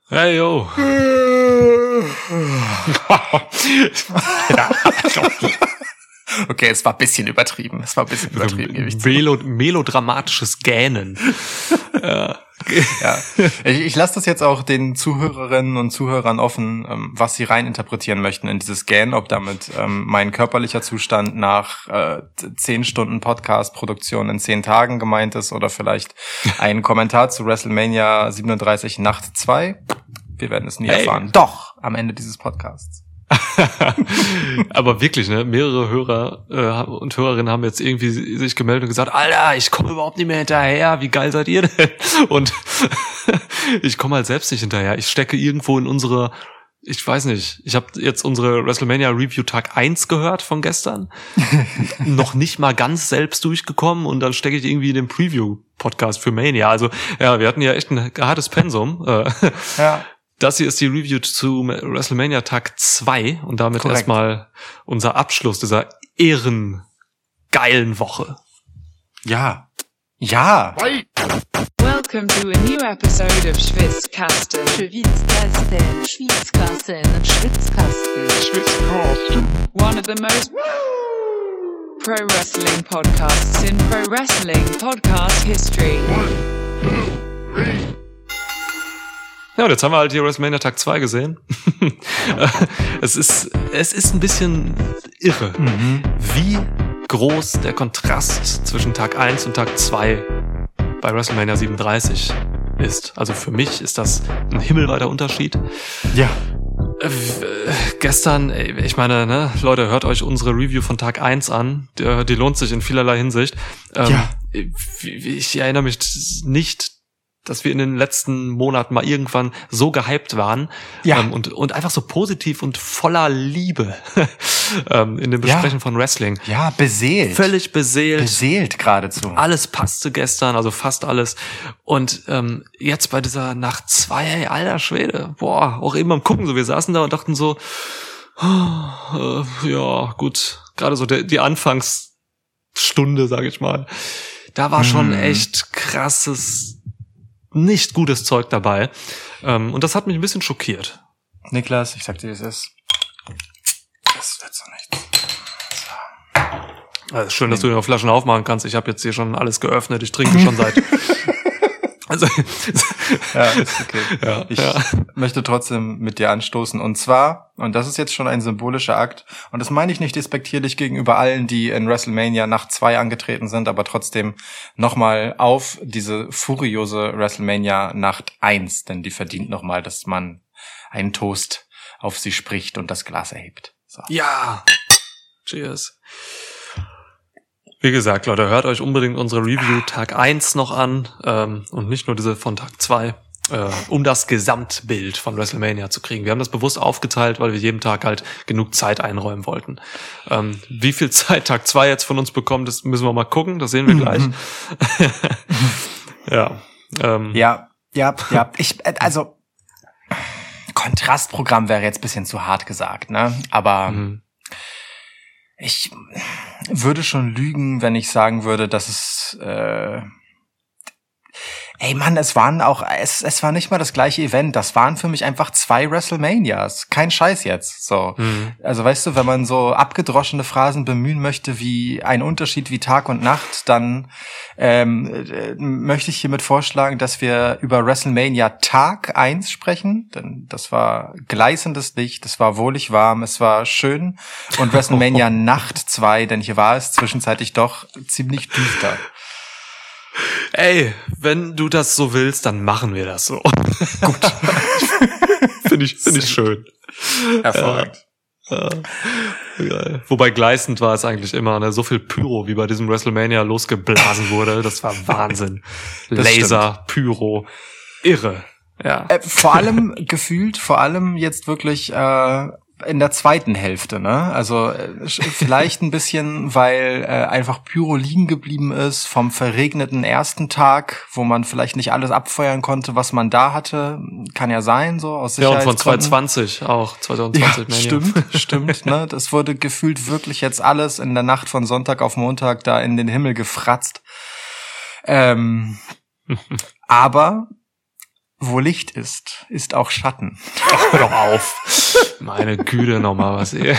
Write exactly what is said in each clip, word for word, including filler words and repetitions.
Hey, yo. Ja. Okay, es war ein bisschen übertrieben. Es war ein bisschen übertrieben. Melo- melodramatisches Gähnen. Ja. Ja. Ich, ich lasse das jetzt auch den Zuhörerinnen und Zuhörern offen, ähm, was sie rein interpretieren möchten in dieses Gähnen, ob damit ähm, mein körperlicher Zustand nach äh, zehn Stunden Podcast-Produktion in zehn Tagen gemeint ist oder vielleicht ein Kommentar zu WrestleMania siebenunddreißig Nacht zwei. Wir werden es nie hey. erfahren. Doch, am Ende dieses Podcasts. Aber wirklich, ne, mehrere Hörer äh, und Hörerinnen haben jetzt irgendwie sich gemeldet und gesagt, Alter, ich komme überhaupt nicht mehr hinterher, wie geil seid ihr denn? Und ich komme halt selbst nicht hinterher. Ich stecke irgendwo in unsere, ich weiß nicht, ich habe jetzt unsere WrestleMania Review Tag eins gehört von gestern, noch nicht mal ganz selbst durchgekommen und dann stecke ich irgendwie in den Preview-Podcast für Mania. Also ja, wir hatten ja echt ein hartes Pensum. Äh, ja. Das hier ist die Review zu WrestleMania Tag zwei und damit Korrekt. Erstmal unser Abschluss dieser ehrengeilen Woche. Ja. Ja. Welcome to a new episode of Schwitzkasten. Schwitzkasten. Schwitzkasten. Schwitzkasten. Schwitzkasten. One of the most pro wrestling podcasts in pro wrestling podcast history. One, two, three. Ja, und jetzt haben wir halt hier WrestleMania Tag zwei gesehen. es ist, es ist ein bisschen irre, mhm. wie groß der Kontrast zwischen Tag eins und Tag zwei bei WrestleMania siebenunddreißig ist. Also für mich ist das ein himmelweiter Unterschied. Ja. Äh, gestern, ich meine, ne, Leute, hört euch unsere Review von Tag eins an. Die, die lohnt sich in vielerlei Hinsicht. Ähm, ja. Ich, ich erinnere mich nicht, dass wir in den letzten Monaten mal irgendwann so gehypt waren ja. ähm, und und einfach so positiv und voller Liebe ähm, in dem Besprechen ja. von Wrestling. Ja, beseelt. Völlig beseelt. Beseelt geradezu. Alles passte gestern, also fast alles. Und ähm, jetzt bei dieser Nacht zwei, hey, alter Schwede, boah, auch eben am Gucken, so wir saßen da und dachten so, oh, äh, ja, gut, gerade so der, die Anfangsstunde, sag ich mal, da war schon hm. echt krasses, nicht gutes Zeug dabei. Ähm, und das hat mich ein bisschen schockiert. Niklas, ich sag dir, es ist. Das wird so nichts. So. Also schön, dass du dir Flaschen aufmachen kannst. Ich habe jetzt hier schon alles geöffnet. Ich trinke schon seit... also ja, ist okay. Ja, ich ja. möchte trotzdem mit dir anstoßen. Und zwar, und das ist jetzt schon ein symbolischer Akt, und das meine ich nicht despektierlich gegenüber allen, die in WrestleMania Nacht zwei angetreten sind, aber trotzdem nochmal auf diese furiose WrestleMania Nacht eins, denn die verdient nochmal, dass man einen Toast auf sie spricht und das Glas erhebt. So. Ja. Cheers. Wie gesagt, Leute, hört euch unbedingt unsere Review Tag eins noch an ähm, und nicht nur diese von Tag zwei, äh, um das Gesamtbild von WrestleMania zu kriegen. Wir haben das bewusst aufgeteilt, weil wir jedem Tag halt genug Zeit einräumen wollten. Ähm, wie viel Zeit Tag zwei jetzt von uns bekommt, das müssen wir mal gucken, das sehen wir gleich. ja. Ähm, ja, ja, ja. Ich, also Kontrastprogramm wäre jetzt ein bisschen zu hart gesagt, ne? Aber mhm. ich würde schon lügen, wenn ich sagen würde, dass es äh, ey Mann, es waren auch es es war nicht mal das gleiche Event, das waren für mich einfach zwei WrestleManias. Kein Scheiß jetzt, so. Mhm. Also weißt du, wenn man so abgedroschene Phrasen bemühen möchte, wie ein Unterschied wie Tag und Nacht, dann ähm, äh, möchte ich hiermit vorschlagen, dass wir über WrestleMania Tag eins sprechen, denn das war gleißendes Licht, es war wohlig warm, es war schön, und WrestleMania Nacht zwei, denn hier war es zwischenzeitlich doch ziemlich düster. Ey, wenn du das so willst, dann machen wir das so. Gut. Finde ich, finde ich schön. Hervorragend. Ja. Ja. Wobei gleißend war es eigentlich immer, ne? So viel Pyro, wie bei diesem WrestleMania losgeblasen wurde. Das war Wahnsinn. Das Laser, stimmt. Pyro. Irre. Ja. Äh, vor allem gefühlt, vor allem jetzt wirklich äh, in der zweiten Hälfte, ne? Also äh, vielleicht ein bisschen, weil äh, einfach Pyro liegen geblieben ist vom verregneten ersten Tag, wo man vielleicht nicht alles abfeuern konnte, was man da hatte. Kann ja sein, so aus Sicherheitsgründen. Ja, und von zwanzig zwanzig auch, zwanzig zwanzig. Ja, stimmt, stimmt, ne? Das wurde gefühlt wirklich jetzt alles in der Nacht von Sonntag auf Montag da in den Himmel gefratzt. Ähm, aber wo Licht ist, ist auch Schatten. Ach, hör doch auf. Meine Güte, nochmal was hier.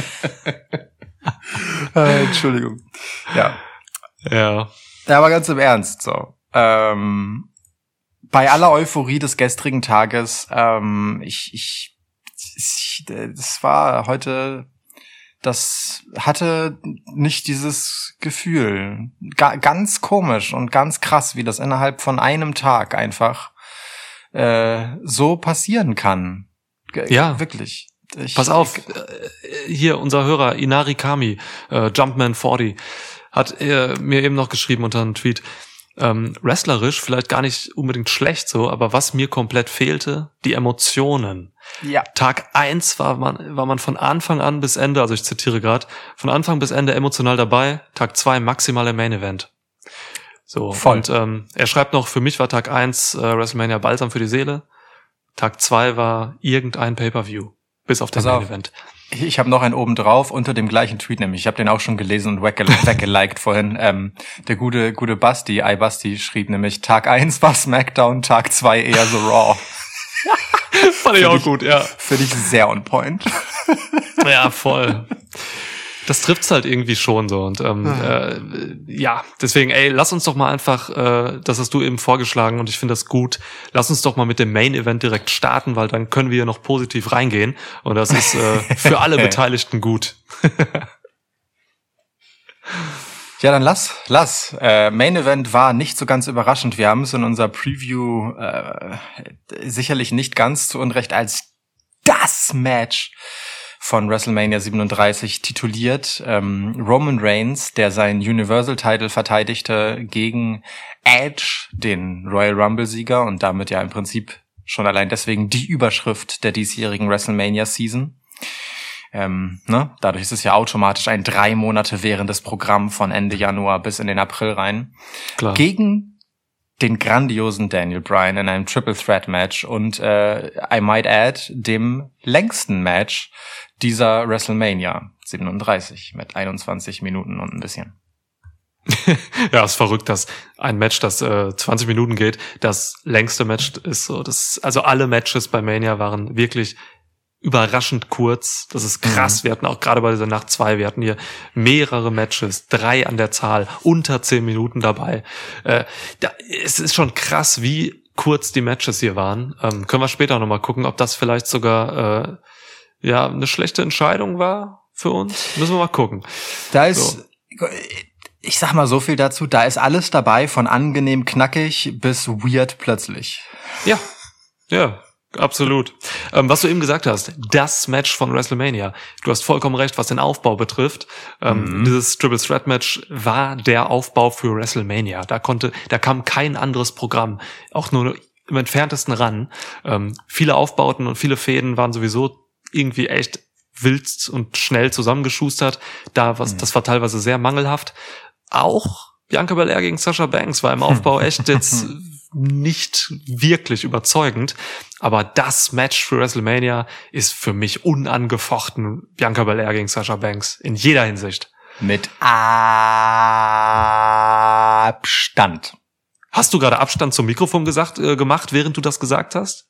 äh, Entschuldigung. Ja. Ja. Ja, aber ganz im Ernst, so. Ähm, bei aller Euphorie des gestrigen Tages, ähm, ich, ich, ich, das war heute, das hatte nicht dieses Gefühl. Ga, ganz komisch und ganz krass, wie das innerhalb von einem Tag einfach äh, so passieren kann. G- Ja. Wirklich. Ich, Pass auf, äh, hier unser Hörer Inari Kami, äh, Jumpman vierzig, hat äh, mir eben noch geschrieben unter einem Tweet, ähm, wrestlerisch vielleicht gar nicht unbedingt schlecht so, aber was mir komplett fehlte, die Emotionen. Ja. Tag eins war man war man von Anfang an bis Ende, also ich zitiere gerade, von Anfang bis Ende emotional dabei, Tag zwei maximale Main Event. So, Voll. und ähm, er schreibt noch, für mich war Tag eins äh, WrestleMania Balsam für die Seele, Tag zwei war irgendein Pay-Per-View, bis auf den Pass auf. Main Event. Ich, ich habe noch einen oben drauf unter dem gleichen Tweet, nämlich ich habe den auch schon gelesen und wegge- weggeliked vorhin. Ähm, der gute gute Basti, iBasti, schrieb nämlich, Tag eins war SmackDown, Tag zwei eher so Raw. Fand ich auch gut, ja. Finde ich sehr on point. Ja, voll. Das trifft's halt irgendwie schon so und ähm, äh, ja, deswegen, ey, lass uns doch mal einfach, äh, das hast du eben vorgeschlagen und ich finde das gut, lass uns doch mal mit dem Main Event direkt starten, weil dann können wir noch positiv reingehen und das ist äh, für alle Beteiligten gut. Ja, dann lass, lass. Äh, Main Event war nicht so ganz überraschend. Wir haben es in unserer Preview äh, sicherlich nicht ganz zu Unrecht als das Match von WrestleMania siebenunddreißig tituliert. Ähm, Roman Reigns, der seinen Universal-Title verteidigte gegen Edge, den Royal Rumble-Sieger und damit ja im Prinzip schon allein deswegen die Überschrift der diesjährigen WrestleMania-Season. Ähm, ne? Dadurch ist es ja automatisch ein drei Monate währendes Programm von Ende Januar bis in den April rein. Klar. Gegen den grandiosen Daniel Bryan in einem Triple Threat Match und äh, I might add, dem längsten Match dieser WrestleMania siebenunddreißig mit einundzwanzig Minuten und ein bisschen. Ja, ist verrückt, dass ein Match, das äh, zwanzig Minuten geht, das längste Match ist so. Das, also alle Matches bei Mania waren wirklich überraschend kurz. Das ist krass. Mhm. Wir hatten auch gerade bei dieser Nacht zwei, wir hatten hier mehrere Matches, drei an der Zahl, unter zehn Minuten dabei. Äh, da, es ist schon krass, wie kurz die Matches hier waren. Ähm, können wir später nochmal gucken, ob das vielleicht sogar äh, ja eine schlechte Entscheidung war für uns. Müssen wir mal gucken. Da ist, so. Ich sag mal so viel dazu, da ist alles dabei, von angenehm knackig bis weird plötzlich. Ja, ja. Absolut. Ähm, was du eben gesagt hast, das Match von WrestleMania. Du hast vollkommen recht, was den Aufbau betrifft. Ähm, mhm. Dieses Triple Threat Match war der Aufbau für WrestleMania. Da konnte, da kam kein anderes Programm, auch nur im entferntesten ran. Ähm, viele Aufbauten und viele Fäden waren sowieso irgendwie echt wild und schnell zusammengeschustert. Da was, mhm. das war teilweise sehr mangelhaft. Auch Bianca Belair gegen Sasha Banks war im Aufbau echt jetzt nicht wirklich überzeugend, aber das Match für WrestleMania ist für mich unangefochten Bianca Belair gegen Sasha Banks in jeder Hinsicht. Mit Abstand. Hast du gerade Abstand zum Mikrofon gesagt, äh, gemacht, während du das gesagt hast?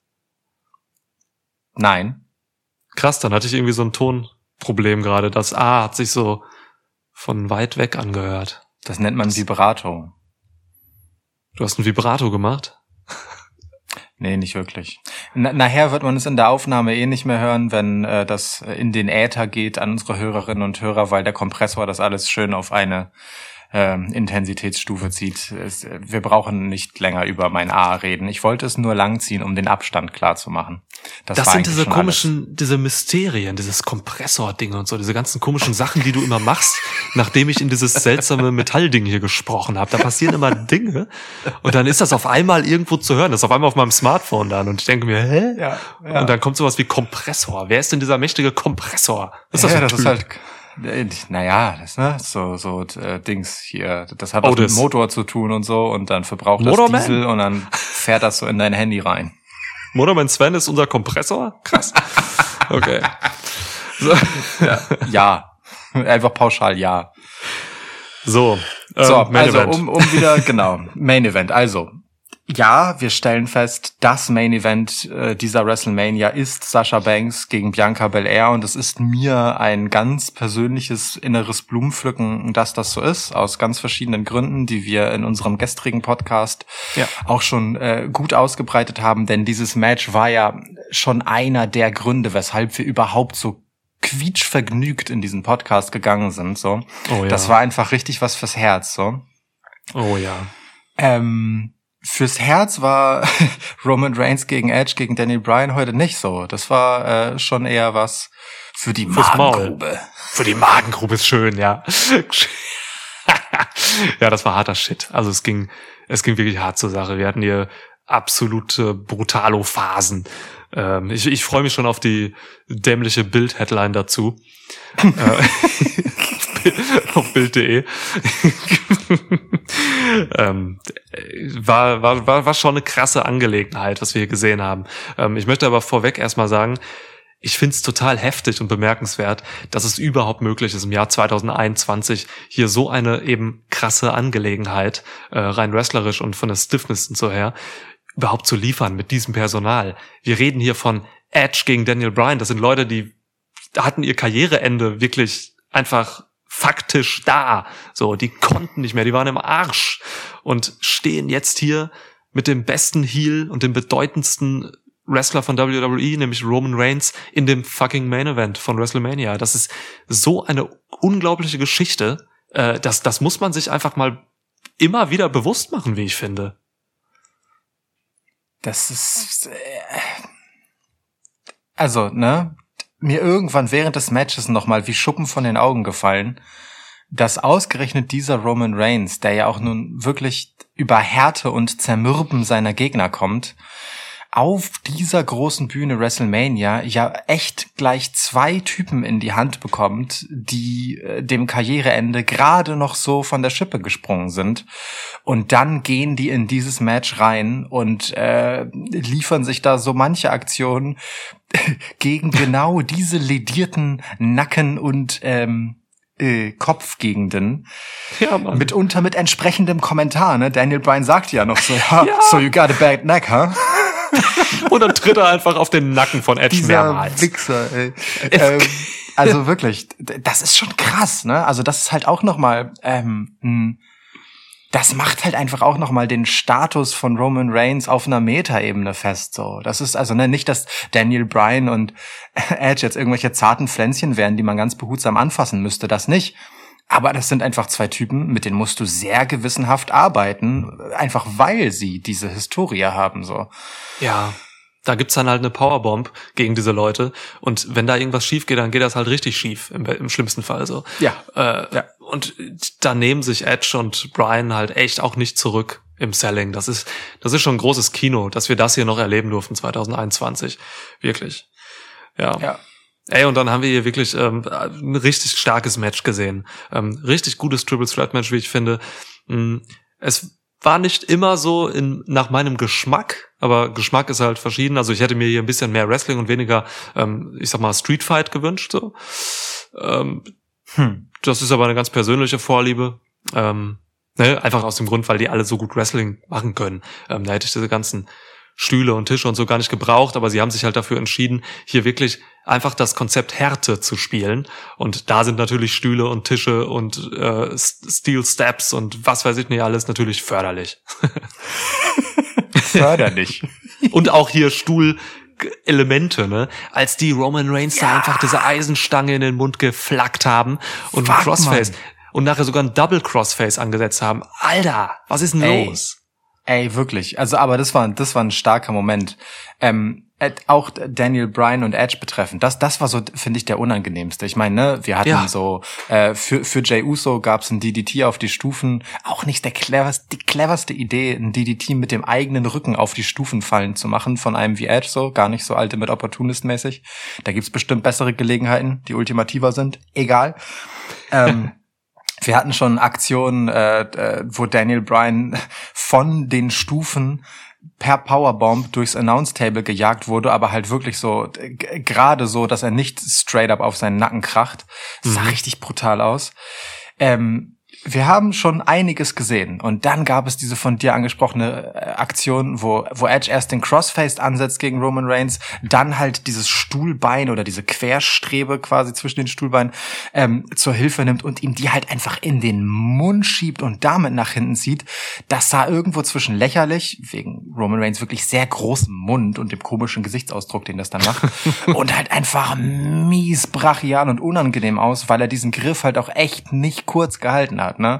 Nein. Krass, dann hatte ich irgendwie so ein Tonproblem gerade. Das A hat sich so von weit weg angehört. Das nennt man Vibrato. Du hast ein Vibrato gemacht? Nee, nicht wirklich. Na, nachher wird man es in der Aufnahme eh nicht mehr hören, wenn äh, das in den Äther geht an unsere Hörerinnen und Hörer, weil der Kompressor das alles schön auf eine ähm, Intensitätsstufe zieht. Es, wir brauchen nicht länger über mein A reden. Ich wollte es nur langziehen, um den Abstand klar zu machen. Das, das war sind diese schon komischen, alles. diese Mysterien, dieses Kompressor-Ding und so, diese ganzen komischen Sachen, die du immer machst, nachdem ich in dieses seltsame Metallding hier gesprochen habe. Da passieren immer Dinge und dann ist das auf einmal irgendwo zu hören. Das ist auf einmal auf meinem Smartphone dann und ich denke mir, hä? Ja, ja. Und dann kommt sowas wie Kompressor. Wer ist denn dieser mächtige Kompressor? Was ist das ja, für ein das Typ? ist halt, naja, das, ne, so, so, äh, Dings hier, das hat was Otis. mit Motor zu tun und so und dann verbraucht das Motorman? Diesel und dann fährt das so in dein Handy rein. Motorman Sven ist unser Kompressor? Krass. Okay. So. Ja, ja. Einfach pauschal ja. So, ähm, So, Main also Event. um, um wieder, genau, Main Event. Also, ja, wir stellen fest, das Main Event äh, dieser WrestleMania ist Sasha Banks gegen Bianca Belair und es ist mir ein ganz persönliches inneres Blumenpflücken, dass das so ist, aus ganz verschiedenen Gründen, die wir in unserem gestrigen Podcast ja. auch schon äh, gut ausgebreitet haben, denn dieses Match war ja schon einer der Gründe, weshalb wir überhaupt so quietschvergnügt in diesen Podcast gegangen sind. So, oh, ja. Das war einfach richtig was fürs Herz. So, oh ja. Ähm, Fürs Herz war Roman Reigns gegen Edge gegen Daniel Bryan heute nicht so. Das war äh, schon eher was für die Fürs Magengrube. Maul. Für die Magengrube ist schön, ja. Ja, das war harter Shit. Also es ging, es ging wirklich hart zur Sache. Wir hatten hier absolute Brutalo-Phasen. Ähm, ich ich freue mich schon auf die dämliche Bild-Headline dazu. Auf Bild punkt de. ähm, war, war, war, war schon eine krasse Angelegenheit, was wir hier gesehen haben. Ähm, ich möchte aber vorweg erstmal sagen, ich find's total heftig und bemerkenswert, dass es überhaupt möglich ist, im Jahr zwanzig einundzwanzig hier so eine eben krasse Angelegenheit, äh, rein wrestlerisch und von der Stiffness und so her, überhaupt zu liefern mit diesem Personal. Wir reden hier von Edge gegen Daniel Bryan. Das sind Leute, die hatten ihr Karriereende wirklich einfach faktisch da. So, die konnten nicht mehr, die waren im Arsch und stehen jetzt hier mit dem besten Heel und dem bedeutendsten Wrestler von W W E, nämlich Roman Reigns, in dem fucking Main Event von WrestleMania. Das ist so eine unglaubliche Geschichte. Äh, das, das muss man sich einfach mal immer wieder bewusst machen, wie ich finde. Das ist, äh, also, ne, mir irgendwann während des Matches nochmal wie Schuppen von den Augen gefallen, dass ausgerechnet dieser Roman Reigns, der ja auch nun wirklich über Härte und Zermürben seiner Gegner kommt, auf dieser großen Bühne WrestleMania ja echt gleich zwei Typen in die Hand bekommt, die äh, dem Karriereende gerade noch so von der Schippe gesprungen sind. Und dann gehen die in dieses Match rein und äh, liefern sich da so manche Aktionen gegen genau diese ledierten Nacken- und ähm, äh, Kopfgegenden. Ja, Mann. Mitunter mit entsprechendem Kommentar. Ne? Daniel Bryan sagt ja noch so, ja, ja. So you got a bad neck, huh? Und dann tritt er einfach auf den Nacken von Edge Dieser mehrmals. Wichser, ey. ähm, also wirklich, das ist schon krass, ne? Also das ist halt auch nochmal, ähm, das macht halt einfach auch nochmal den Status von Roman Reigns auf einer Metaebene fest, so. Das ist also, ne, nicht, dass Daniel Bryan und Edge jetzt irgendwelche zarten Pflänzchen wären, die man ganz behutsam anfassen müsste, das nicht. Aber das sind einfach zwei Typen, mit denen musst du sehr gewissenhaft arbeiten, einfach weil sie diese Historie haben, so. Ja, da gibt's dann halt eine Powerbomb gegen diese Leute und wenn da irgendwas schief geht, dann geht das halt richtig schief, im, im schlimmsten Fall so. Ja. Äh, ja. Und da nehmen sich Edge und Bryan halt echt auch nicht zurück im Selling. Das ist, das ist schon ein großes Kino, dass wir das hier noch erleben durften zwanzig einundzwanzig. Wirklich. Ja. Ja. Ey, und dann haben wir hier wirklich ähm, ein richtig starkes Match gesehen. Ähm, richtig gutes Triple Threat Match, wie ich finde. Ähm, es war nicht immer so in nach meinem Geschmack, aber Geschmack ist halt verschieden. Also ich hätte mir hier ein bisschen mehr Wrestling und weniger, ähm, ich sag mal, Street Fight gewünscht. So. Ähm, hm. Das ist aber eine ganz persönliche Vorliebe. Ähm, ne? Einfach aus dem Grund, weil die alle so gut Wrestling machen können. Ähm, da hätte ich diese ganzen Stühle und Tische und so gar nicht gebraucht, aber sie haben sich halt dafür entschieden, hier wirklich einfach das Konzept Härte zu spielen. Und da sind natürlich Stühle und Tische und äh, Steel Steps und was weiß ich nicht alles natürlich förderlich. Förderlich. Und auch hier Stuhlelemente, ne? Als die Roman Reigns ja. da einfach diese Eisenstange in den Mund geflackt haben und Fuck, ein Crossface Mann. Und nachher sogar ein Double Crossface angesetzt haben. Alter, was ist denn Ey. los? Ey, wirklich. Also, aber das war, das war ein starker Moment. Ähm, auch Daniel Bryan und Edge betreffend. Das, das war so, finde ich, der unangenehmste. Ich meine, ne, wir hatten ja. so, äh, für, für Jey Uso gab's ein D D T auf die Stufen. Auch nicht der cleverste, die cleverste Idee, ein D D T mit dem eigenen Rücken auf die Stufen fallen zu machen von einem wie Edge, so. Gar nicht so Ultimate Opportunist-mäßig. Da gibt's bestimmt bessere Gelegenheiten, die ultimativer sind. Egal. Ähm, Wir hatten schon Aktionen, äh, wo Daniel Bryan von den Stufen per Powerbomb durchs Announce-Table gejagt wurde, aber halt wirklich so, g- gerade so, dass er nicht straight up auf seinen Nacken kracht. Das sah mhm. richtig brutal aus. Ähm, wir haben schon einiges gesehen und dann gab es diese von dir angesprochene äh, Aktion, wo wo Edge erst den Crossface ansetzt gegen Roman Reigns, dann halt dieses Stuhlbein oder diese Querstrebe quasi zwischen den Stuhlbeinen ähm, zur Hilfe nimmt und ihm die halt einfach in den Mund schiebt und damit nach hinten zieht. Das sah irgendwo zwischen lächerlich, wegen Roman Reigns wirklich sehr großem Mund und dem komischen Gesichtsausdruck, den das dann macht, und halt einfach mies brachial und unangenehm aus, weil er diesen Griff halt auch echt nicht kurz gehalten hat. Ne?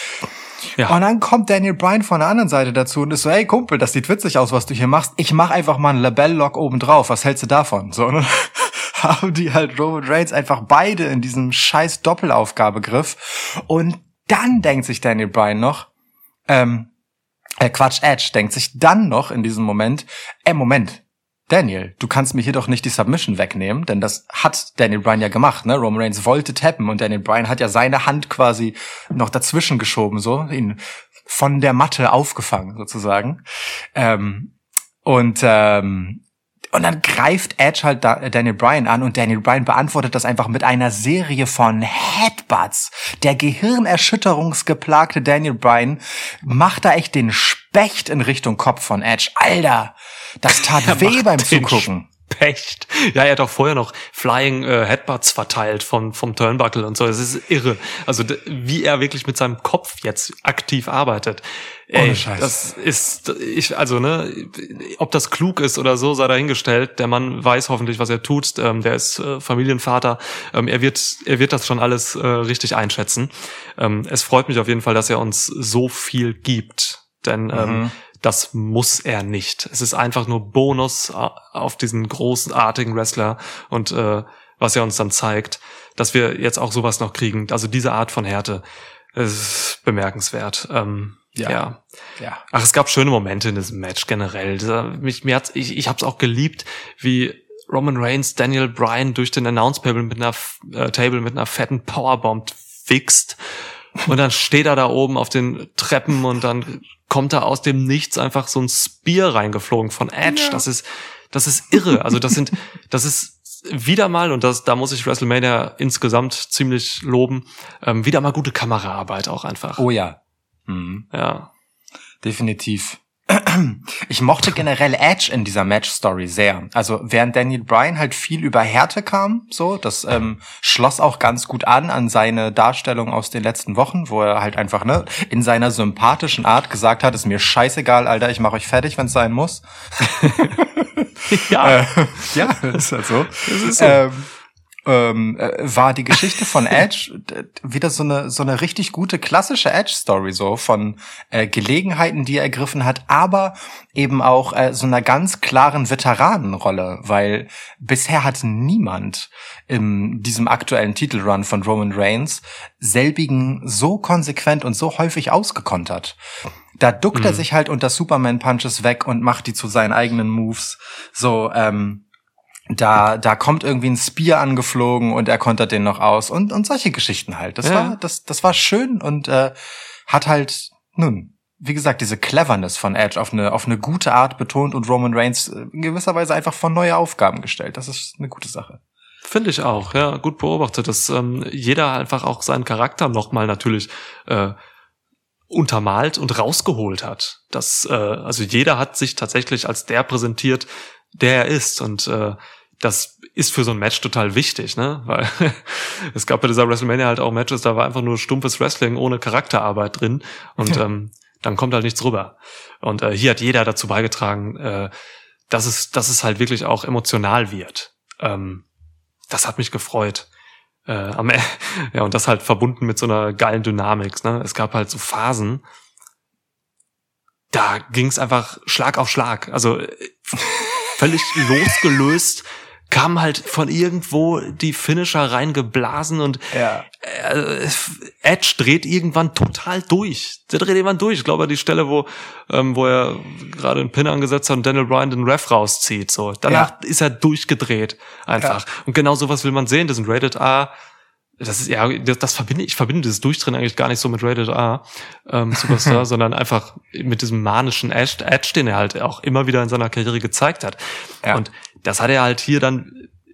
Ja. Und dann kommt Daniel Bryan von der anderen Seite dazu und ist so, hey Kumpel, das sieht witzig aus, was du hier machst. Ich mach einfach mal einen Labell-Lock oben drauf. Was hältst du davon? So, und dann haben die halt Roman Reigns einfach beide in diesem scheiß Doppelaufgabegriff. Und dann denkt sich Daniel Bryan noch, ähm, äh, Quatsch, Edge denkt sich dann noch in diesem Moment, äh, Moment, Daniel, du kannst mir hier doch nicht die Submission wegnehmen, denn das hat Daniel Bryan ja gemacht, ne? Roman Reigns wollte tappen und Daniel Bryan hat ja seine Hand quasi noch dazwischen geschoben, so, ihn von der Matte aufgefangen, sozusagen. Ähm, und, ähm, und dann greift Edge halt da, Daniel Bryan an und Daniel Bryan beantwortet das einfach mit einer Serie von Headbutts. Der gehirnerschütterungsgeplagte Daniel Bryan macht da echt den Specht in Richtung Kopf von Edge. Alter, das tat er weh beim Zugucken. Specht. Ja, er hat auch vorher noch Flying äh, Headbutts verteilt vom, vom Turnbuckle und so. Das ist irre. Also d- wie er wirklich mit seinem Kopf jetzt aktiv arbeitet. Ey, ohne Scheiß. Das ist, ich, also, ne, ob das klug ist oder so, sei dahingestellt. Der Mann weiß hoffentlich, was er tut. Ähm, der ist äh, Familienvater. Ähm, er wird, er wird das schon alles äh, richtig einschätzen. Ähm, es freut mich auf jeden Fall, dass er uns so viel gibt. Denn, mhm. ähm, das muss er nicht. Es ist einfach nur Bonus auf diesen großartigen Wrestler und äh, was er uns dann zeigt, dass wir jetzt auch sowas noch kriegen. Also diese Art von Härte ist bemerkenswert. Ähm, ja. ja. ja. Ach, es gab schöne Momente in diesem Match generell. Mich, mir hat's, ich, ich habe es auch geliebt, wie Roman Reigns Daniel Bryan durch den Announce Table mit einer äh, Table mit einer fetten Powerbomb fixt. Und dann steht er da oben auf den Treppen und dann kommt da aus dem Nichts einfach so ein Spear reingeflogen von Edge. Ja. Das ist, das ist irre. Also das sind, das ist wieder mal, und das, da muss ich WrestleMania insgesamt ziemlich loben, ähm, wieder mal gute Kameraarbeit auch einfach. Oh ja. Mhm. Ja. Definitiv. Ich mochte generell Edge in dieser Match-Story sehr. Also während Daniel Bryan halt viel über Härte kam, so, das ähm, schloss auch ganz gut an an seine Darstellung aus den letzten Wochen, wo er halt einfach ne in seiner sympathischen Art gesagt hat, ist mir scheißegal, Alter, ich mach euch fertig, wenn's sein muss. ja, äh, ja, ist halt so. Das ist so. Ähm, Ähm, äh, war die Geschichte von Edge wieder so eine so eine richtig gute klassische Edge-Story, so von äh, Gelegenheiten, die er ergriffen hat, aber eben auch äh, so einer ganz klaren Veteranenrolle, weil bisher hat niemand in diesem aktuellen Titelrun von Roman Reigns selbigen so konsequent und so häufig ausgekontert. Da duckt mhm. er sich halt unter Superman-Punches weg und macht die zu seinen eigenen Moves. So, ähm, Da, da kommt irgendwie ein Spear angeflogen und er kontert den noch aus und, und solche Geschichten halt. Das ja. war, das, das war schön und, äh, hat halt, nun, wie gesagt, diese Cleverness von Edge auf eine, auf eine gute Art betont und Roman Reigns in gewisser Weise einfach vor neue Aufgaben gestellt. Das ist eine gute Sache. Finde ich auch, ja, gut beobachtet, dass, ähm, jeder einfach auch seinen Charakter nochmal natürlich, äh, untermalt und rausgeholt hat. Das, äh, also jeder hat sich tatsächlich als der präsentiert, der er ist, und äh, das ist für so ein Match total wichtig, ne? Weil es gab bei dieser WrestleMania halt auch Matches, da war einfach nur stumpfes Wrestling ohne Charakterarbeit drin und ja. ähm, dann kommt halt nichts rüber. Und äh, hier hat jeder dazu beigetragen, äh, dass es, dass es halt wirklich auch emotional wird. Ähm, das hat mich gefreut. Äh, am, ja, und das halt verbunden mit so einer geilen Dynamik, ne? Es gab halt so Phasen, da ging es einfach Schlag auf Schlag. Also völlig losgelöst kam halt von irgendwo die Finisher reingeblasen und ja. äh, Edge dreht irgendwann total durch. Der dreht irgendwann durch. Ich glaube, die Stelle, wo ähm, wo er gerade einen Pin angesetzt hat und Daniel Bryan den Ref rauszieht. So, danach ja. ist er durchgedreht einfach. Ja. Und genau sowas will man sehen. Das sind Rated R. Das ist ja, das, das verbinde ich verbinde dieses Durchdrehen eigentlich gar nicht so mit Rated R ähm, Superstar, sondern einfach mit diesem manischen Edge, Edge, den er halt auch immer wieder in seiner Karriere gezeigt hat. Ja. Und das hat er halt hier dann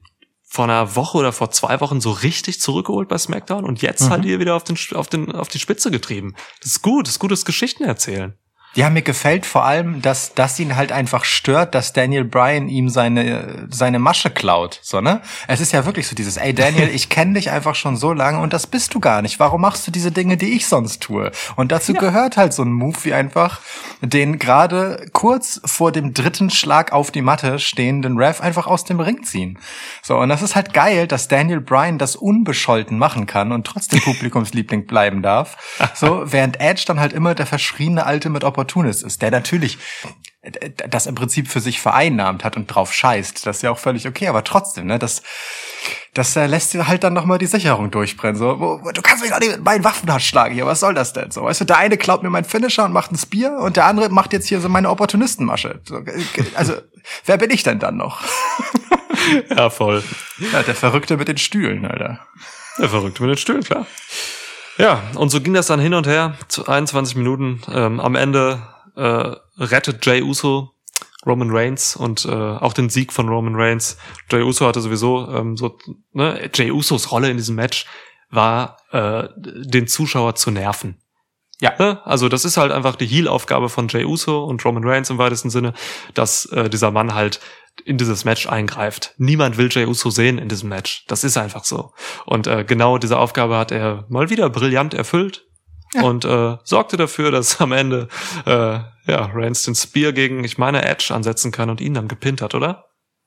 vor einer Woche oder vor zwei Wochen so richtig zurückgeholt bei SmackDown und jetzt mhm. halt hier wieder auf den, auf den, auf die Spitze getrieben. Das ist gut, das ist gutes Geschichten erzählen. Ja, mir gefällt vor allem, dass dass ihn halt einfach stört, dass Daniel Bryan ihm seine seine Masche klaut, so, ne? Es ist ja wirklich so dieses, ey Daniel, ich kenne dich einfach schon so lange und das bist du gar nicht. Warum machst du diese Dinge, die ich sonst tue? Und dazu ja. gehört halt so ein Move wie einfach den gerade kurz vor dem dritten Schlag auf die Matte stehenden Ref einfach aus dem Ring ziehen. So, und das ist halt geil, dass Daniel Bryan das unbescholten machen kann und trotzdem Publikumsliebling bleiben darf. So, während Edge dann halt immer der verschriene Alte mit Opportunist ist, der natürlich das im Prinzip für sich vereinnahmt hat und drauf scheißt. Das ist ja auch völlig okay, aber trotzdem, ne, das das äh, lässt dir halt dann nochmal die Sicherung durchbrennen. So, wo, wo, du kannst mich doch nicht mit meinen Waffen schlagen hier, was soll das denn? So, weißt du, der eine klaut mir meinen Finisher und macht ein Spear und der andere macht jetzt hier so meine Opportunistenmasche. So, also, wer bin ich denn dann noch? Ja, voll. Ja, der Verrückte mit den Stühlen, Alter. Der Verrückte mit den Stühlen, klar. Ja, und so ging das dann hin und her, zu einundzwanzig Minuten. Ähm, am Ende äh, rettet Jey Uso Roman Reigns und äh, auch den Sieg von Roman Reigns. Jey Uso hatte sowieso ähm, so, ne, Jey Usos Rolle in diesem Match war, äh, den Zuschauer zu nerven. Ja. Ne? Also das ist halt einfach die Heel-Aufgabe von Jey Uso und Roman Reigns im weitesten Sinne, dass äh, dieser Mann halt in dieses Match eingreift. Niemand will Jey Uso sehen in diesem Match. Das ist einfach so. Und äh, genau diese Aufgabe hat er mal wieder brillant erfüllt. Ja. Und äh, sorgte dafür, dass am Ende äh, ja Reigns den Spear gegen, ich meine, Edge ansetzen kann und ihn dann gepinnt hat, oder?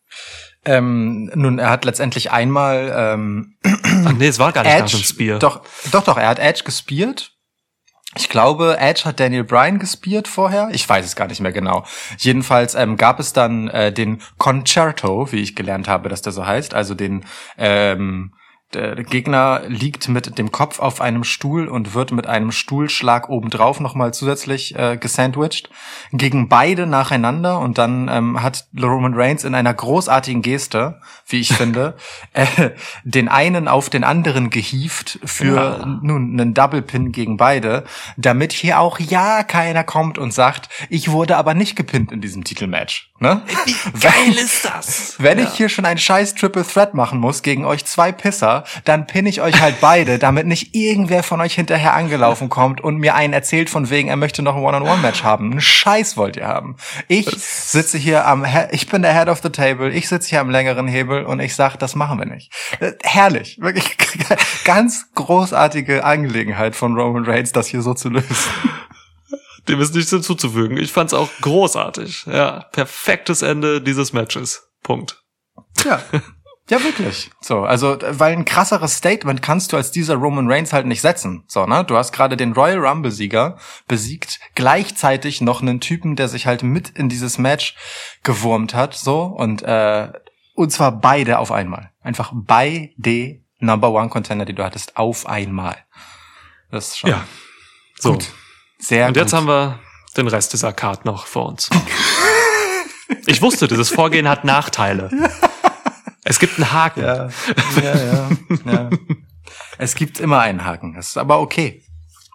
Ähm, nun, er hat letztendlich einmal ähm, Ach nee, es war gar nicht Edge, nach dem Spear. Doch, doch, doch, er hat Edge gespiert. Ich glaube, Edge hat Daniel Bryan gespiert vorher. Ich weiß es gar nicht mehr genau. Jedenfalls ähm, gab es dann äh, den Concerto, wie ich gelernt habe, dass der so heißt. Also den ähm, der Gegner liegt mit dem Kopf auf einem Stuhl und wird mit einem Stuhlschlag obendrauf nochmal zusätzlich äh, gesandwiched. Gegen beide nacheinander und dann ähm, hat Roman Reigns in einer großartigen Geste, wie ich finde, äh, den einen auf den anderen gehievt für ja. nun einen Double Pin gegen beide, damit hier auch ja keiner kommt und sagt, ich wurde aber nicht gepinnt in diesem Titelmatch. Ne? Wie geil ist das? Wenn ja. ich hier schon einen scheiß Triple Threat machen muss gegen euch zwei Pisser, dann pinne ich euch halt beide, damit nicht irgendwer von euch hinterher angelaufen kommt und mir einen erzählt von wegen, er möchte noch ein One-on-One-Match haben. Einen Scheiß wollt ihr haben. Ich das sitze hier am, ich bin der Head of the Table, ich sitze hier am längeren Hebel und ich sag, das machen wir nicht. Herrlich. Wirklich ganz großartige Angelegenheit von Roman Reigns, das hier so zu lösen. Dem ist nichts hinzuzufügen. Ich fand's auch großartig. Ja, perfektes Ende dieses Matches. Punkt. Ja. Ja, wirklich. So, also, weil ein krasseres Statement kannst du als dieser Roman Reigns halt nicht setzen. So, ne? Du hast gerade den Royal Rumble-Sieger besiegt, gleichzeitig noch einen Typen, der sich halt mit in dieses Match gewurmt hat, so, und, äh, und zwar beide auf einmal. Einfach beide Number One Contender, die du hattest, auf einmal. Das ist schon. Ja. So. Gut. Sehr und gut. jetzt haben wir den Rest dieser Card noch vor uns. Ich wusste, dieses Vorgehen hat Nachteile. Es gibt einen Haken. Ja, ja, ja, ja. Es gibt immer einen Haken. Das ist aber okay.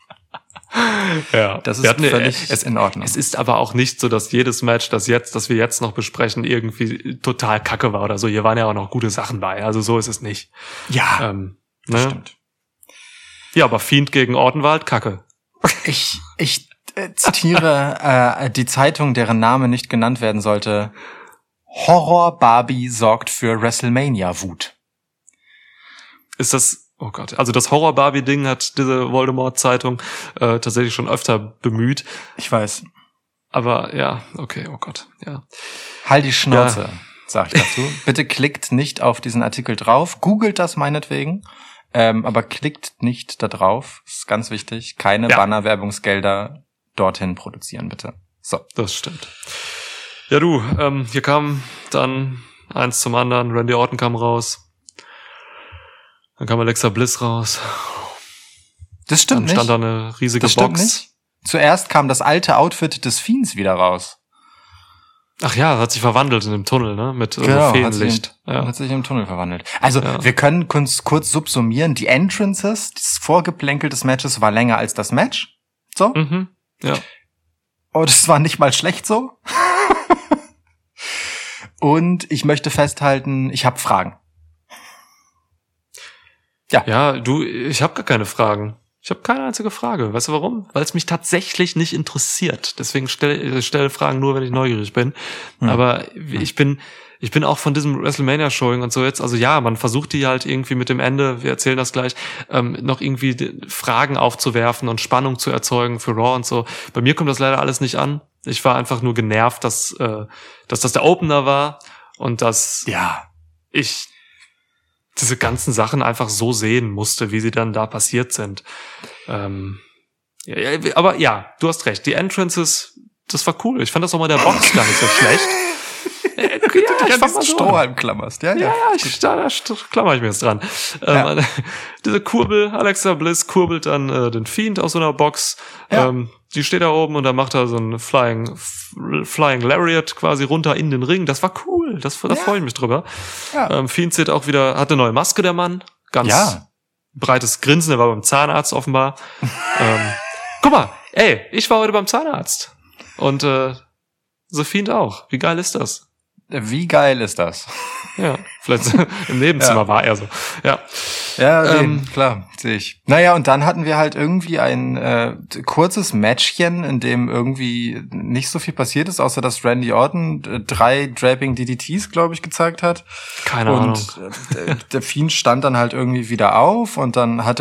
Ja, das ist hatten, völlig es, in Ordnung. Es ist aber auch nicht so, dass jedes Match, das jetzt, das wir jetzt noch besprechen, irgendwie total kacke war oder so. Hier waren ja auch noch gute Sachen bei. Also so ist es nicht. Ja, ähm, das ne? stimmt. Ja, aber Fiend gegen Orton war halt kacke. Ich, ich äh, zitiere äh, die Zeitung, deren Name nicht genannt werden sollte. Horror Barbie sorgt für WrestleMania-Wut. Ist das, oh Gott, also das Horror Barbie Ding hat diese Voldemort-Zeitung äh, tatsächlich schon öfter bemüht. Ich weiß. Aber ja, okay, oh Gott, ja. Halt die Schnauze, ja. Sag ich dazu. Bitte klickt nicht auf diesen Artikel drauf. Googelt das meinetwegen. Ähm, aber klickt nicht da drauf. Das ist ganz wichtig. Keine ja. Banner-Werbungsgelder dorthin produzieren, bitte. So. Das stimmt. Ja, du, ähm, hier kam dann eins zum anderen. Randy Orton kam raus. Dann kam Alexa Bliss raus. Das stimmt nicht. Dann stand da eine riesige das stimmt Box. Nicht. Zuerst kam das alte Outfit des Fiends wieder raus. Ach ja, hat sich verwandelt in dem Tunnel, ne? Mit genau, so Feenlicht. Hat sich, im, ja. hat sich im Tunnel verwandelt. Also, ja. wir können kurz, kurz subsumieren. Die Entrances, das Vorgeplänkel des Matches war länger als das Match. So. Mhm. Ja. Und es war nicht mal schlecht so. Und ich möchte festhalten, ich habe Fragen. Ja. Ja, du, ich habe gar keine Fragen. Ich habe keine einzige Frage. Weißt du warum? Weil es mich tatsächlich nicht interessiert. Deswegen stelle stelle Fragen nur, wenn ich neugierig bin. Hm. Aber ich bin ich bin auch von diesem WrestleMania-Showing und so jetzt, also ja, man versucht die halt irgendwie mit dem Ende, wir erzählen das gleich, ähm, noch irgendwie Fragen aufzuwerfen und Spannung zu erzeugen für Raw und so. Bei mir kommt das leider alles nicht an. Ich war einfach nur genervt, dass äh, dass das der Opener war und dass ja. ich diese ganzen Sachen einfach so sehen musste, wie sie dann da passiert sind. Ähm, ja, ja, aber ja, du hast recht. Die Entrances, das war cool. Ich fand das auch mal der Box gar nicht so schlecht. Äh, ja, ich fand mal Strohhalm klammerst. Ja, ja, ja, ja ich, da, da klammer ich mir jetzt dran. Ja. Ähm, diese Kurbel, Alexa Bliss kurbelt dann äh, den Fiend aus so einer Box. Ja. Ähm, die steht da oben und dann macht er so einen Flying, Flying Lariat quasi runter in den Ring. Das war cool. Das, da ja. freue ich mich drüber. Ja. Ähm, Fiend sieht auch wieder, hat eine neue Maske, der Mann. Ganz ja. breites Grinsen. Der war beim Zahnarzt offenbar. ähm, guck mal, ey, ich war heute beim Zahnarzt. Und äh, The Fiend auch. Wie geil ist das? Wie geil ist das? Ja, vielleicht im Nebenzimmer ja. war er so. Ja, ja ähm, klar, sehe ich. Naja, und dann hatten wir halt irgendwie ein äh, kurzes Matchchen, in dem irgendwie nicht so viel passiert ist, außer dass Randy Orton äh, drei Draping D D Ts, glaube ich, gezeigt hat. Keine und, Ahnung. Und äh, der Fiend stand dann halt irgendwie wieder auf und dann hatte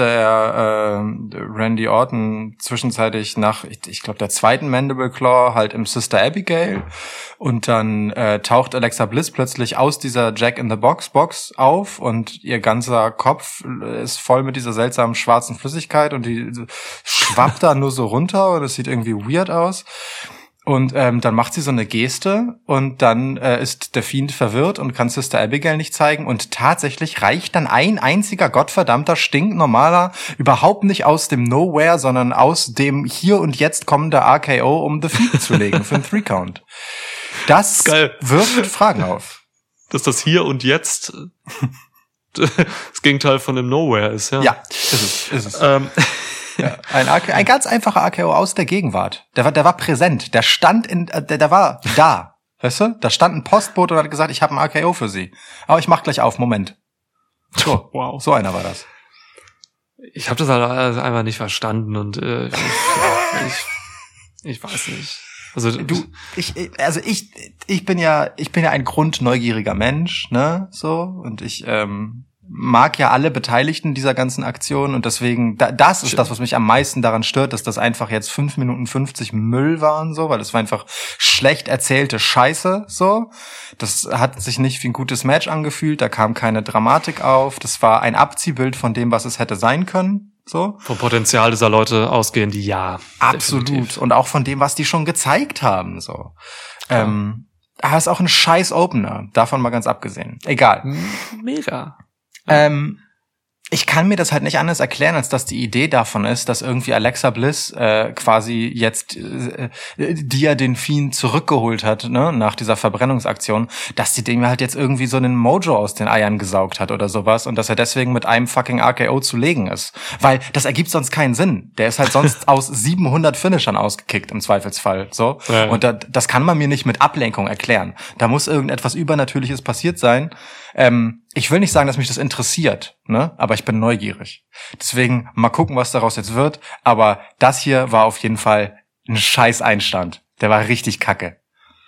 er äh, Randy Orton zwischenzeitlich nach, ich, ich glaube, der zweiten Mandible Claw halt im Sister Abigail. Und dann äh, taucht Alexa Bliss plötzlich aus dieser Jack-in-the-Box-Box auf und ihr ganzer Kopf ist voll mit dieser seltsamen schwarzen Flüssigkeit und die schwappt da nur so runter und es sieht irgendwie weird aus. Und ähm, dann macht sie so eine Geste und dann äh, ist der Fiend verwirrt und kann Sister Abigail nicht zeigen und tatsächlich reicht dann ein einziger gottverdammter stinknormaler, überhaupt nicht aus dem Nowhere, sondern aus dem hier und jetzt kommende R K O, um The Fiend zu legen für einen Three-Count. Das wirft Fragen auf. Dass das hier und jetzt das Gegenteil von dem Nowhere ist, ja. Ja, ist es. Ist es. Ähm. Ja, ein, R K O, ein ganz einfacher R K O aus der Gegenwart. Der war, der war präsent. Der stand in, der, der war da. Weißt du? Da stand ein Postbote und hat gesagt, ich habe ein R K O für Sie. Aber ich mach gleich auf. Moment. So, wow. So einer war das. Ich habe das halt einfach nicht verstanden und äh, ich, ich, ich weiß nicht. Also du, ich, also ich, ich bin ja, ich bin ja ein grundneugieriger Mensch, ne, so, und ich ähm, mag ja alle Beteiligten dieser ganzen Aktion und deswegen, da, das ist das, was mich am meisten daran stört, dass das einfach jetzt fünf Minuten fünfzig Müll waren, so, weil das war einfach schlecht erzählte Scheiße, so. Das hat sich nicht wie ein gutes Match angefühlt, da kam keine Dramatik auf, das war ein Abziehbild von dem, was es hätte sein können. So. Vom Potenzial dieser Leute ausgehen, die ja. Absolut. Definitiv. Und auch von dem, was die schon gezeigt haben, so. Ja. Ähm, aber ist auch ein scheiß Opener. Davon mal ganz abgesehen. Egal. Mega. Ähm, ich kann mir das halt nicht anders erklären, als dass die Idee davon ist, dass irgendwie Alexa Bliss äh, quasi jetzt, äh, die ja den Fiend zurückgeholt hat, ne, nach dieser Verbrennungsaktion, dass die dem halt jetzt irgendwie so einen Mojo aus den Eiern gesaugt hat oder sowas und dass er deswegen mit einem fucking R K O zu legen ist. Weil das ergibt sonst keinen Sinn. Der ist halt sonst aus siebenhundert Finishern ausgekickt im Zweifelsfall, so. Ja. Und da, das kann man mir nicht mit Ablenkung erklären. Da muss irgendetwas Übernatürliches passiert sein. Ähm, ich will nicht sagen, dass mich das interessiert, ne? Aber ich bin neugierig. Deswegen mal gucken, was daraus jetzt wird. Aber das hier war auf jeden Fall ein scheiß Einstand. Der war richtig kacke.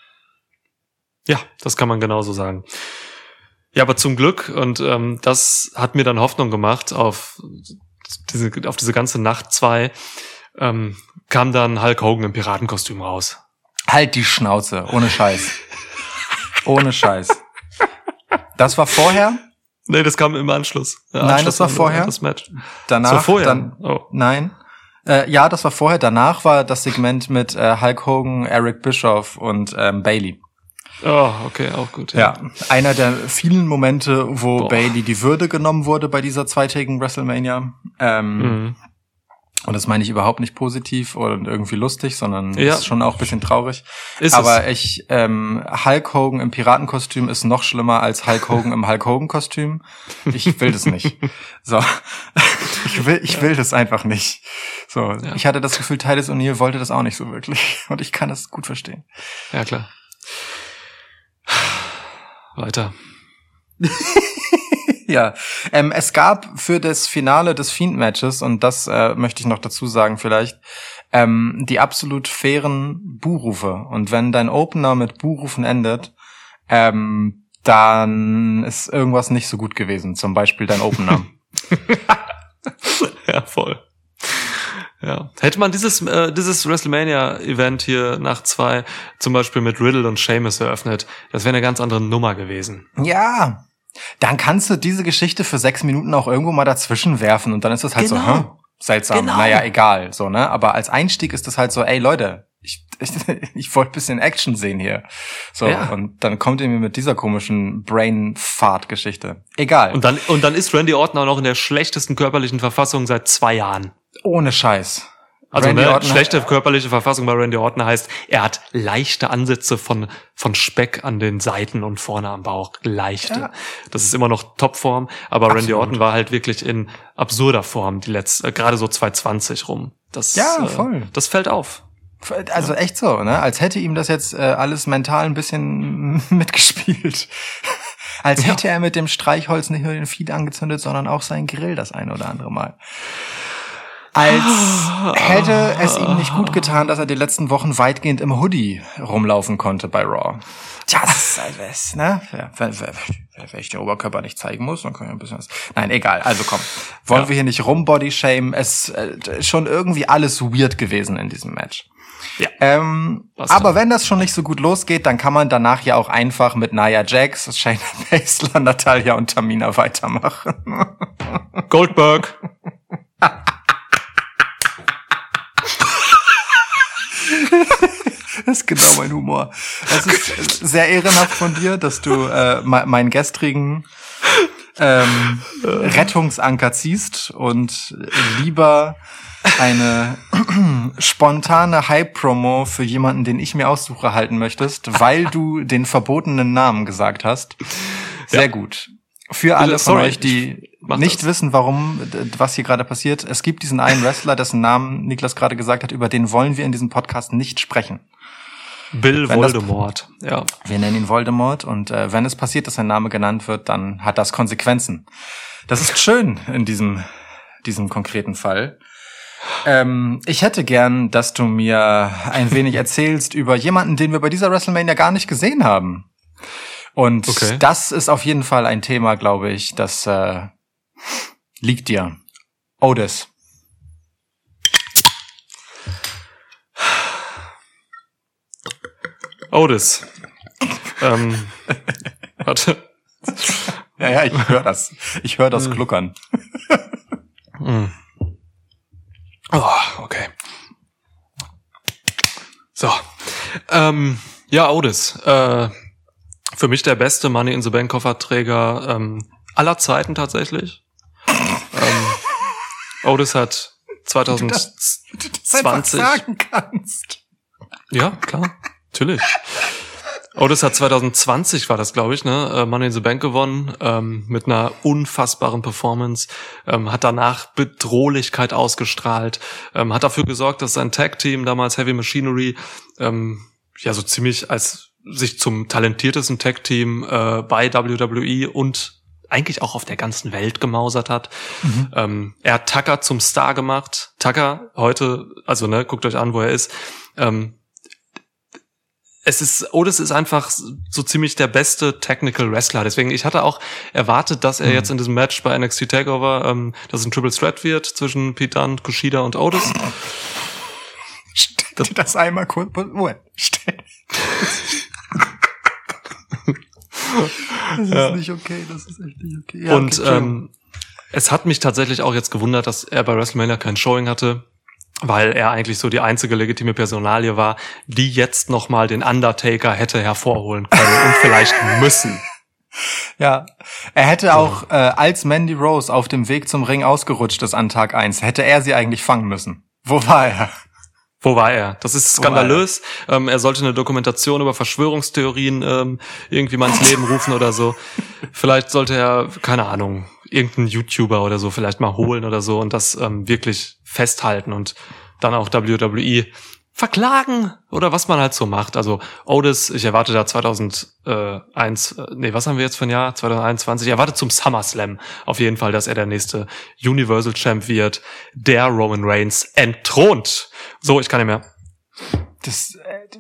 Ja, das kann man genauso sagen. Ja, aber zum Glück, und ähm, das hat mir dann Hoffnung gemacht auf diese, auf diese ganze Nacht zwei, ähm, kam dann Hulk Hogan im Piratenkostüm raus. Halt die Schnauze, ohne Scheiß. Ohne Scheiß. Das war vorher? Nee, das kam im Anschluss. Ja, nein, Anschluss das war vorher. Das Match. Danach. Das war vorher. Dann, oh. Nein. Äh, ja, das war vorher. Danach war das Segment mit äh, Hulk Hogan, Eric Bischoff und ähm, Bayley. Oh, okay, auch gut. Ja, ja einer der vielen Momente, wo Boah. Bayley die Würde genommen wurde bei dieser zweitägigen WrestleMania. Ähm, mhm. Und das meine ich überhaupt nicht positiv und irgendwie lustig, sondern ja. ist schon auch ein bisschen traurig. Ist Aber es. ich, ähm, Hulk Hogan im Piratenkostüm ist noch schlimmer als Hulk Hogan im Hulk Hogan Kostüm. Ich will das nicht. So, ich will, ich will das einfach nicht. So, ja. Ich hatte das Gefühl, Titus O'Neil wollte das auch nicht so wirklich, und ich kann das gut verstehen. Ja, klar. Weiter. Ja, ähm, es gab für das Finale des Fiend-Matches, und das äh, möchte ich noch dazu sagen vielleicht, ähm, die absolut fairen Buhrufe. Und wenn dein Opener mit Buhrufen endet, ähm, dann ist irgendwas nicht so gut gewesen. Zum Beispiel dein Opener. Ja, voll. Ja. Hätte man dieses äh, dieses WrestleMania-Event hier nach zwei zum Beispiel mit Riddle und Sheamus eröffnet, das wäre eine ganz andere Nummer gewesen. Ja, dann kannst du diese Geschichte für sechs Minuten auch irgendwo mal dazwischen werfen und dann ist das halt Genau. so, hm, seltsam. Genau. Naja, egal, so, ne? Aber als Einstieg ist das halt so, ey Leute, ich ich, ich wollte ein bisschen Action sehen hier. So, Ja. und dann kommt ihr mir mit dieser komischen Brain-Fart-Geschichte. Egal. Und dann und dann ist Randy Orton auch noch in der schlechtesten körperlichen Verfassung seit zwei Jahren. Ohne Scheiß. Also Randy ne, Orton- schlechte körperliche Verfassung bei Randy Orton heißt, er hat leichte Ansätze von von Speck an den Seiten und vorne am Bauch. Leichte. Ja. Das ist immer noch Topform, aber Absolut. Randy Orton war halt wirklich in absurder Form die letzte, äh, gerade so zwanzig zwanzig rum. Das, Ja, äh, voll. Das fällt auf. Also echt so, ne? Als hätte ihm das jetzt äh, alles mental ein bisschen mitgespielt. Als Ja. hätte er mit dem Streichholz nicht nur den Feed angezündet, sondern auch seinen Grill das eine oder andere Mal. Als hätte es ihm nicht gut getan, dass er die letzten Wochen weitgehend im Hoodie rumlaufen konnte bei Raw. Tja, das ist also was, ne? Ja, wenn, wenn, wenn ich den Oberkörper nicht zeigen muss, dann kann ich ein bisschen was. Nein, egal. Also komm, wollen Ja. wir hier nicht rumbody-shamen? Es äh, schon irgendwie alles weird gewesen in diesem Match. Ja. Ähm, Was aber denn? wenn das schon nicht so gut losgeht, dann kann man danach ja auch einfach mit Nia Jax, Shayna Baszler, Natalya und Tamina weitermachen. Goldberg. Das ist genau mein Humor. Es ist sehr ehrenhaft von dir, dass du äh, me- meinen gestrigen ähm, Rettungsanker ziehst und lieber eine spontane Hype-Promo für jemanden, den ich mir aussuche, halten möchtest, weil du den verbotenen Namen gesagt hast. Sehr Ja. gut. Für alle von sorry, euch, die mach nicht das. wissen, warum, d- was hier gerade passiert. Es gibt diesen einen Wrestler, dessen Namen Niklas gerade gesagt hat, über den wollen wir in diesem Podcast nicht sprechen. Bill Wenn das- Voldemort. Ja. Wir nennen ihn Voldemort und äh, wenn es passiert, dass sein Name genannt wird, dann hat das Konsequenzen. Das ist schön in diesem diesem konkreten Fall. Ähm, ich hätte gern, dass du mir ein wenig erzählst über jemanden, den wir bei dieser WrestleMania gar nicht gesehen haben. Und Okay. das ist auf jeden Fall ein Thema, glaube ich, das äh, liegt dir. Otis. Otis. ähm, warte. Ja, ja, ich höre das. Ich höre das Gluckern. Mm. Oh, okay. So. Ähm, ja, Otis. Äh, für mich der beste Money in the Bank Kofferträger ähm, aller Zeiten tatsächlich. ähm, Otis hat zwanzig zwanzig sagen kannst. Ja, klar, natürlich. Otis hat zwanzig zwanzig, war das, glaube ich, ne, äh, Money in the Bank gewonnen, ähm, mit einer unfassbaren Performance, ähm, hat danach Bedrohlichkeit ausgestrahlt, ähm, hat dafür gesorgt, dass sein Tag-Team, damals Heavy Machinery, ähm, ja, so ziemlich als sich zum talentiertesten Tag-Team äh, bei W W E und eigentlich auch auf der ganzen Welt gemausert hat. Mhm. Ähm, er hat Tucker zum Star gemacht. Tucker heute, also ne, guckt euch an, wo er ist. Ähm, es ist, Otis ist einfach so ziemlich der beste Technical Wrestler. Deswegen, ich hatte auch erwartet, dass er Mhm. jetzt in diesem Match bei N X T Takeover, ähm, dass es ein Triple Threat wird zwischen Pete Dunne, Kushida und Otis. Stell dir das einmal kurz. Moment. Stell. Das ist Ja. nicht okay, das ist echt nicht okay. Ja, Und okay, ähm, es hat mich tatsächlich auch jetzt gewundert, dass er bei WrestleMania kein Showing hatte, weil er eigentlich so die einzige legitime Personalie war, die jetzt nochmal den Undertaker hätte hervorholen können und vielleicht müssen. Ja, er hätte auch, äh, als Mandy Rose auf dem Weg zum Ring ausgerutscht ist an Tag eins, hätte er sie eigentlich fangen müssen. Wo war er? Wo war er? Das ist Wo war skandalös. Ähm, er sollte eine Dokumentation über Verschwörungstheorien ähm, irgendwie mal ins Leben rufen oder so. Vielleicht sollte er, keine Ahnung, irgendeinen YouTuber oder so vielleicht mal holen oder so und das ähm, wirklich festhalten und dann auch W W E verklagen oder was man halt so macht. Also Otis, ich erwarte da zweitausendeins, nee, was haben wir jetzt für ein Jahr? zwanzig einundzwanzig. Ich erwarte zum SummerSlam auf jeden Fall, dass er der nächste Universal Champ wird, der Roman Reigns entthront. So, ich kann nicht mehr. Das, äh,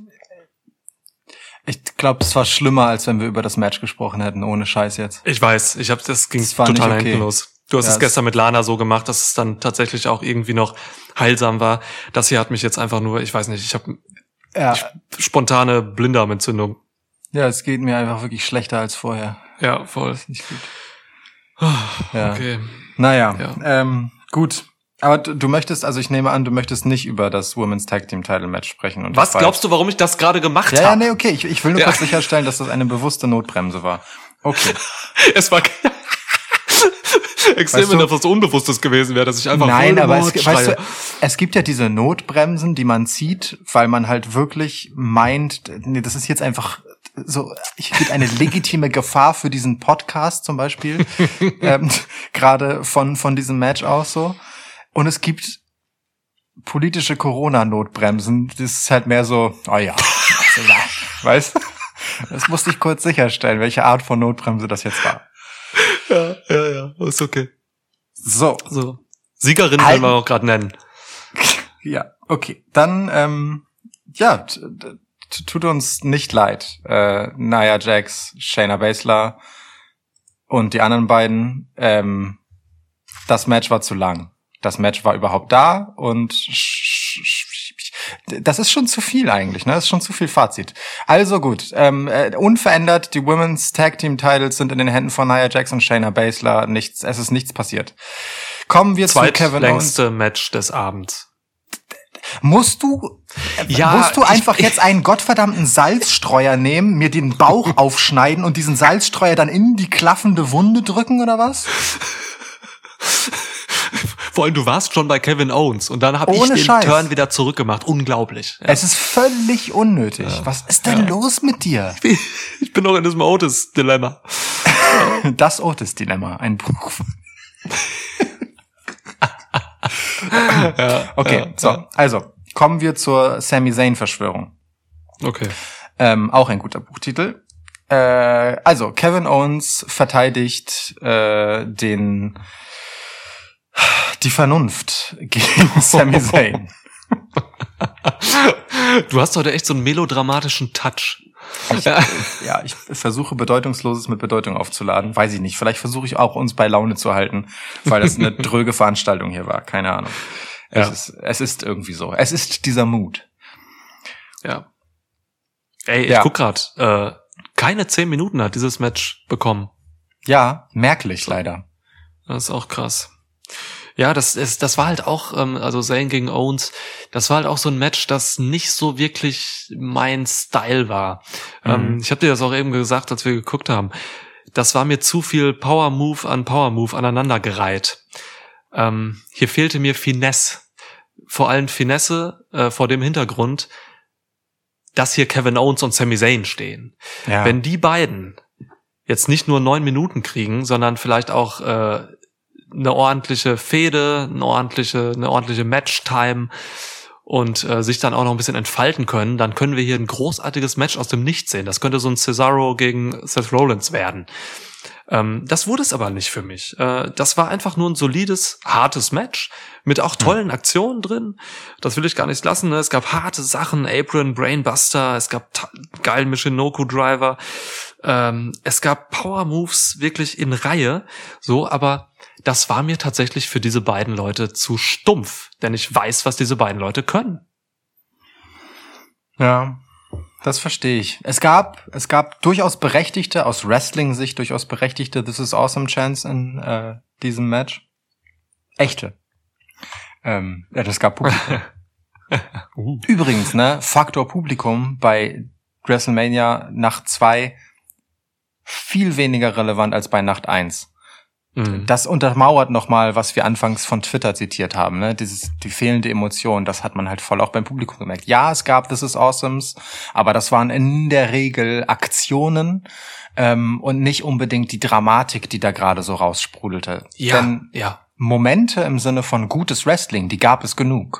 ich glaube, es war schlimmer, als wenn wir über das Match gesprochen hätten, ohne Scheiß jetzt. Ich weiß, ich habe das ging Das war total nicht okay. hinten los. Du hast Ja, es gestern mit Lana so gemacht, dass es dann tatsächlich auch irgendwie noch heilsam war. Das hier hat mich jetzt einfach nur, ich weiß nicht, ich habe Ja, spontane Blinddarmentzündung. ja, es geht mir einfach wirklich schlechter als vorher. Ja, voll. Nicht gut. Ja. Okay. Naja, Ja. ähm, gut. Aber du, du möchtest, also ich nehme an, du möchtest nicht über das Women's Tag Team Title Match sprechen. Und Was glaubst du, warum ich das gerade gemacht Ja, ja, habe? nee, okay. Ich, ich will nur Ja. kurz sicherstellen, dass das eine bewusste Notbremse war. Okay. Es war extrem, Weißt wenn du- das was Unbewusstes gewesen wäre, dass ich einfach Nein, aber es, Voldemort weißt du, schreie. es gibt ja diese Notbremsen, die man zieht, weil man halt wirklich meint, nee, das ist jetzt einfach so, ich gibt eine legitime Gefahr für diesen Podcast zum Beispiel, ähm, gerade von von diesem Match aus so. Und es gibt politische Corona-Notbremsen. Das ist halt mehr so, oh ja, weißt du? Das musste ich kurz sicherstellen, welche Art von Notbremse das jetzt war. Ja, ja, ja, ist okay. So, So. Siegerin Halten- können wir auch gerade nennen. ja, okay. Dann, ähm, ja, t- t- tut uns nicht leid. Äh, Nia Jax, Shayna Baszler und die anderen beiden. Ähm, das Match war zu lang. Das Match war überhaupt da und sch- sch- das ist schon zu viel eigentlich, ne? Das ist schon zu viel Fazit. Also gut, ähm, äh, unverändert, die Women's Tag Team Titles sind in den Händen von Nia Jax und Shayna Baszler. Nichts, es ist nichts passiert. Kommen wir zu Kevin Owens. Zweitlängste Match des Abends. Musst du, äh, Ja, musst du ich- einfach jetzt einen gottverdammten Salzstreuer nehmen, mir den Bauch aufschneiden und diesen Salzstreuer dann in die klaffende Wunde drücken oder was? Vor allem, du warst schon bei Kevin Owens und dann habe ich Ohne den Scheiß. Turn wieder zurückgemacht. Unglaublich. Ja. Es ist völlig unnötig. Was ist denn los mit dir? Ich bin noch in diesem Otis-Dilemma. Das Otis-Dilemma, ein Buch. Okay, so, also kommen wir zur Sami Zayn-Verschwörung. Okay. Ähm, auch ein guter Buchtitel. Äh, also, Kevin Owens verteidigt äh, den die Vernunft gegen Sami Zayn. Du hast heute echt so einen melodramatischen Touch. Ich, ja, ich versuche Bedeutungsloses mit Bedeutung aufzuladen. Weiß ich nicht. Vielleicht versuche ich auch, uns bei Laune zu halten, weil das eine dröge Veranstaltung hier war. Keine Ahnung. Es, Ja. ist, es ist irgendwie so. Es ist dieser Mut. Ja. Ey, ich Ja. guck grad. Äh, keine zehn Minuten hat dieses Match bekommen. Ja, merklich leider. Das ist auch krass. Ja, das ist, das war halt auch, ähm, also Zayn gegen Owens, das war halt auch so ein Match, das nicht so wirklich mein Style war. Mhm. Ähm, ich habe dir das auch eben gesagt, als wir geguckt haben. Das war mir zu viel Power Move an Power Move aneinandergereiht. Ähm, hier fehlte mir Finesse. Vor allem Finesse äh, vor dem Hintergrund, dass hier Kevin Owens und Sami Zayn stehen. Ja. Wenn die beiden jetzt nicht nur neun Minuten kriegen, sondern vielleicht auch äh, eine ordentliche Fehde, eine ordentliche, eine ordentliche Matchtime und äh, sich dann auch noch ein bisschen entfalten können, dann können wir hier ein großartiges Match aus dem Nichts sehen. Das könnte so ein Cesaro gegen Seth Rollins werden. Ähm, das wurde es aber nicht für mich. Äh, das war einfach nur ein solides, hartes Match mit auch tollen Aktionen drin. Das will ich gar nicht lassen. Ne? Es gab harte Sachen, Apron, Brainbuster, es gab ta- geilen Michinoku Driver, ähm, es gab Power Moves wirklich in Reihe. So, aber das war mir tatsächlich für diese beiden Leute zu stumpf, denn ich weiß, was diese beiden Leute können. Ja, das verstehe ich. Es gab, es gab durchaus berechtigte, aus Wrestling-Sicht durchaus berechtigte This is Awesome Chance in äh, diesem Match. Echte. Ähm, ja, das gab Publikum. Uh. Übrigens, ne, Faktor Publikum bei WrestleMania Nacht zwei viel weniger relevant als bei Nacht eins. Mhm. Das untermauert nochmal, was wir anfangs von Twitter zitiert haben, ne? Dieses, die fehlende Emotion, das hat man halt voll auch beim Publikum gemerkt. Ja, es gab This is Awesomes, aber das waren in der Regel Aktionen ähm, und nicht unbedingt die Dramatik, die da gerade so raussprudelte. Ja, Denn ja. Momente im Sinne von gutes Wrestling, die gab es genug.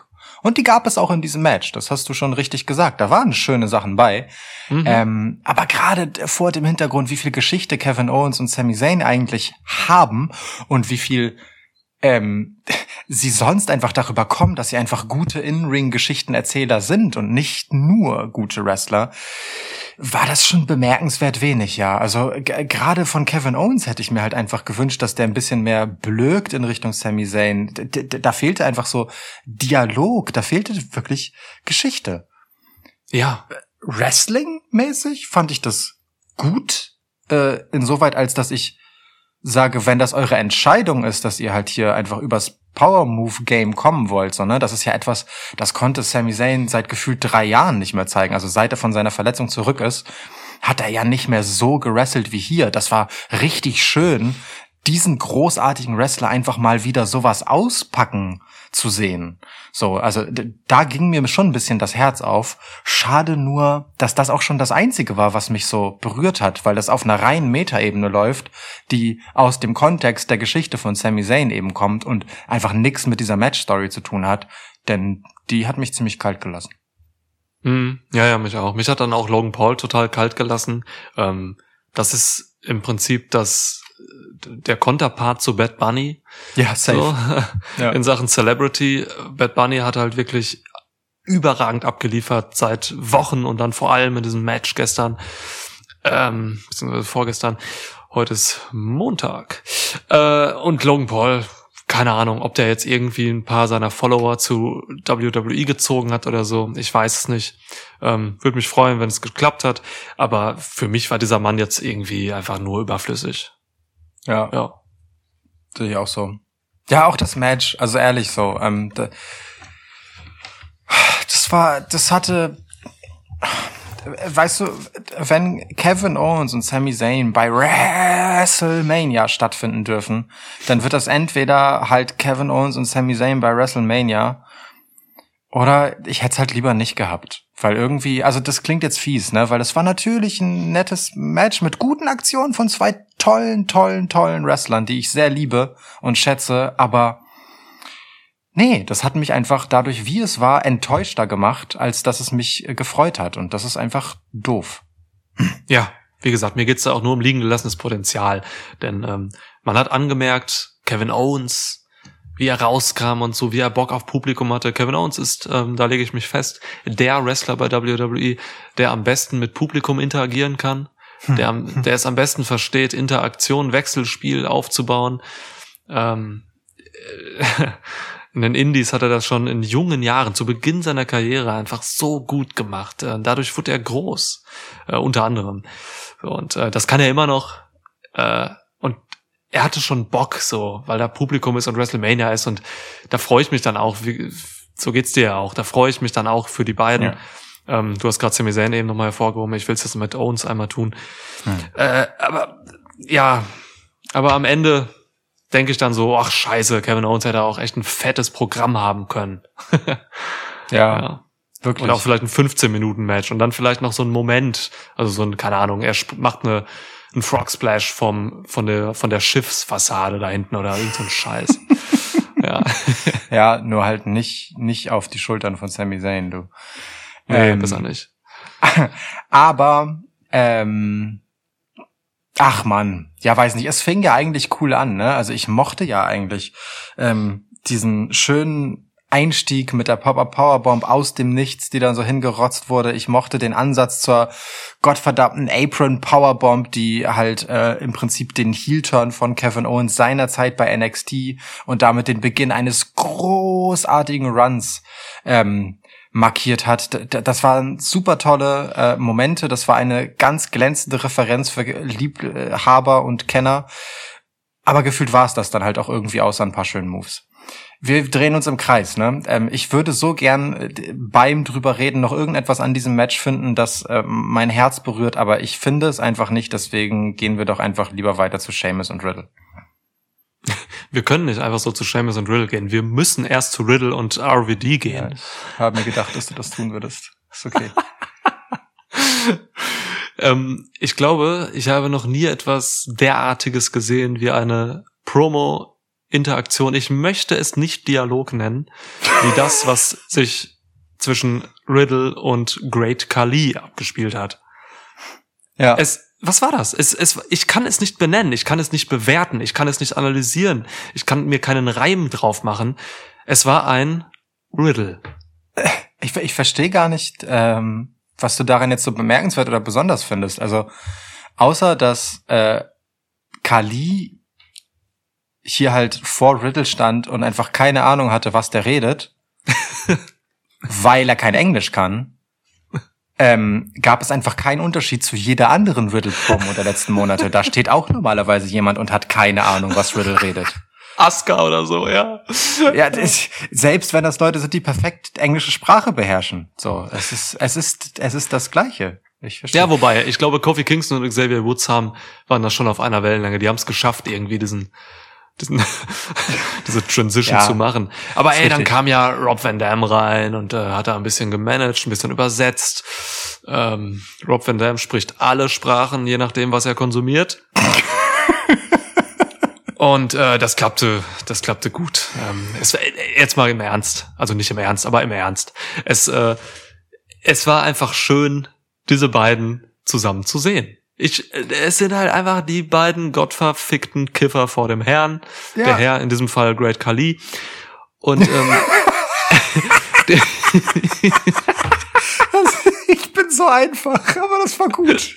Und die gab es auch in diesem Match. Das hast du schon richtig gesagt. Da waren schöne Sachen bei. Mhm. Ähm, aber gerade vor dem Hintergrund, wie viel Geschichte Kevin Owens und Sami Zayn eigentlich haben und wie viel ähm, sie sonst einfach darüber kommen, dass sie einfach gute In-Ring-Geschichtenerzähler sind und nicht nur gute Wrestler, war das schon bemerkenswert wenig, ja. Also g- gerade von Kevin Owens hätte ich mir halt einfach gewünscht, dass der ein bisschen mehr blökt in Richtung Sami Zayn. D- d- da fehlte einfach so Dialog, da fehlte wirklich Geschichte. Ja. Wrestling-mäßig fand ich das gut, äh, insoweit als dass ich sage, wenn das eure Entscheidung ist, dass ihr halt hier einfach übers Power-Move-Game kommen wollt, so, ne? Das ist ja etwas, das konnte Sami Zayn seit gefühlt drei Jahren nicht mehr zeigen. Also seit er von seiner Verletzung zurück ist, hat er ja nicht mehr so gewrestelt wie hier. Das war richtig schön, diesen großartigen Wrestler einfach mal wieder sowas auspacken zu sehen. So, also d- da ging mir schon ein bisschen das Herz auf. Schade nur, dass das auch schon das Einzige war, was mich so berührt hat, weil das auf einer reinen Metaebene läuft, die aus dem Kontext der Geschichte von Sami Zayn eben kommt und einfach nichts mit dieser Match-Story zu tun hat, denn die hat mich ziemlich kalt gelassen. Mhm. Ja, ja, mich auch. Mich hat dann auch Logan Paul total kalt gelassen. Ähm, das ist im Prinzip das der Konterpart zu Bad Bunny. Ja, safe. So, ja. in Sachen Celebrity. Bad Bunny hat halt wirklich überragend abgeliefert seit Wochen und dann vor allem in diesem Match gestern, ähm, beziehungsweise vorgestern. Heute ist Montag. Äh, und Logan Paul, keine Ahnung, ob der jetzt irgendwie ein paar seiner Follower zu W W E gezogen hat oder so. Ich weiß es nicht. Ähm, würde mich freuen, wenn es geklappt hat. Aber für mich war dieser Mann jetzt irgendwie einfach nur überflüssig. Ja, Ja. sehe ich auch so. Ja, auch das Match, also ehrlich so. Ähm, da, das war, das hatte, weißt du, wenn Kevin Owens und Sami Zayn bei WrestleMania stattfinden dürfen, dann wird das entweder halt Kevin Owens und Sami Zayn bei WrestleMania oder ich hätte es halt lieber nicht gehabt. Weil irgendwie, also das klingt jetzt fies, ne? Weil das war natürlich ein nettes Match mit guten Aktionen von zwei tollen, tollen, tollen Wrestlern, die ich sehr liebe und schätze, aber nee, das hat mich einfach dadurch, wie es war, enttäuschter gemacht, als dass es mich gefreut hat. Und das ist einfach doof. Ja, wie gesagt, mir geht's da auch nur um liegen gelassenes Potenzial. Denn ähm, man hat angemerkt, Kevin Owens, wie er rauskam und so, wie er Bock auf Publikum hatte. Kevin Owens ist, ähm, da lege ich mich fest, der Wrestler bei W W E, der am besten mit Publikum interagieren kann, der, am, der es am besten versteht, Interaktion, Wechselspiel aufzubauen. Ähm, in den Indies hat er das schon in jungen Jahren, zu Beginn seiner Karriere, einfach so gut gemacht. Äh, dadurch wurde er groß, äh, unter anderem. Und äh, das kann er immer noch. Äh, und er hatte schon Bock, so, weil da Publikum ist und WrestleMania ist. Und da freue ich mich dann auch, wie, so geht's dir ja auch, da freue ich mich dann auch für die beiden. Ja. Ähm, du hast gerade Sami Zayn eben nochmal hervorgehoben, ich will es jetzt mit Owens einmal tun. Hm. Äh, aber, ja, aber am Ende denke ich dann so, ach scheiße, Kevin Owens hätte auch echt ein fettes Programm haben können. ja, ja, wirklich. Und auch vielleicht ein fünfzehn-Minuten-Match und dann vielleicht noch so ein Moment, also so ein, keine Ahnung, er sp- macht eine ein Frog Splash vom von der von der Schiffsfassade da hinten oder irgend so ein Scheiß. ja. ja, nur halt nicht nicht auf die Schultern von Sami Zayn, du. Nee, ähm, besser nicht. Aber ähm, ach man, ja, weiß nicht, es fing ja eigentlich cool an, ne? Also ich mochte ja eigentlich ähm, diesen schönen Einstieg mit der Pop-Up Powerbomb aus dem Nichts, die dann so hingerotzt wurde. Ich mochte den Ansatz zur gottverdammten Apron Powerbomb, die halt äh, im Prinzip den Heel-Turn von Kevin Owens seinerzeit bei N X T und damit den Beginn eines großartigen Runs ähm, markiert hat. Das waren super tolle äh, Momente. Das war eine ganz glänzende Referenz für Liebhaber und Kenner. Aber gefühlt war es das dann halt auch irgendwie, außer ein paar schönen Moves. Wir drehen uns im Kreis, ne? Ähm, ich würde so gern äh, beim drüber reden noch irgendetwas an diesem Match finden, das äh, mein Herz berührt, aber ich finde es einfach nicht, deswegen gehen wir doch einfach lieber weiter zu Sheamus und Riddle. Wir können nicht einfach so zu Sheamus und Riddle gehen. Wir müssen erst zu Riddle und R V D gehen. Ja, ich habe mir gedacht, dass du das tun würdest. Ist okay. ähm, ich glaube, ich habe noch nie etwas derartiges gesehen wie eine Promo Interaktion, ich möchte es nicht Dialog nennen, wie das, was sich zwischen Riddle und Great Khali abgespielt hat. Ja. Es, was war das? Es, es, ich kann es nicht benennen, ich kann es nicht bewerten, ich kann es nicht analysieren, ich kann mir keinen Reim drauf machen. Es war ein Riddle. Ich, ich verstehe gar nicht, ähm, was du daran jetzt so bemerkenswert oder besonders findest. Also, außer dass äh, Khali hier halt vor Riddle stand und einfach keine Ahnung hatte, was der redet, weil er kein Englisch kann, ähm, gab es einfach keinen Unterschied zu jeder anderen Riddle-Promo der letzten Monate. Da steht auch normalerweise jemand und hat keine Ahnung, was Riddle redet. Asuka oder so, ja. Ja, das, selbst wenn das Leute sind, die perfekt englische Sprache beherrschen. So, es ist, es ist, es ist das Gleiche. Ich verstehe. Ja, wobei, ich glaube, Kofi Kingston und Xavier Woods haben, waren da schon auf einer Wellenlänge. Die haben es geschafft, irgendwie diesen, diesen diese Transition Ja, zu machen. Aber ey, dann richtig. kam ja Rob Van Dam rein und äh, hat da ein bisschen gemanagt, ein bisschen übersetzt. Ähm, Rob Van Dam spricht alle Sprachen, je nachdem, was er konsumiert. Und äh, das klappte, das klappte gut. Ähm, es, jetzt mal im Ernst, also nicht im Ernst, aber im Ernst. Es, äh, es war einfach schön, diese beiden zusammen zu sehen. Ich, äh, es sind halt einfach die beiden gottverfickten Kiffer vor dem Herrn. Ja. Der Herr, in diesem Fall Great Khali. Und ähm, Ich bin so einfach, aber das war gut.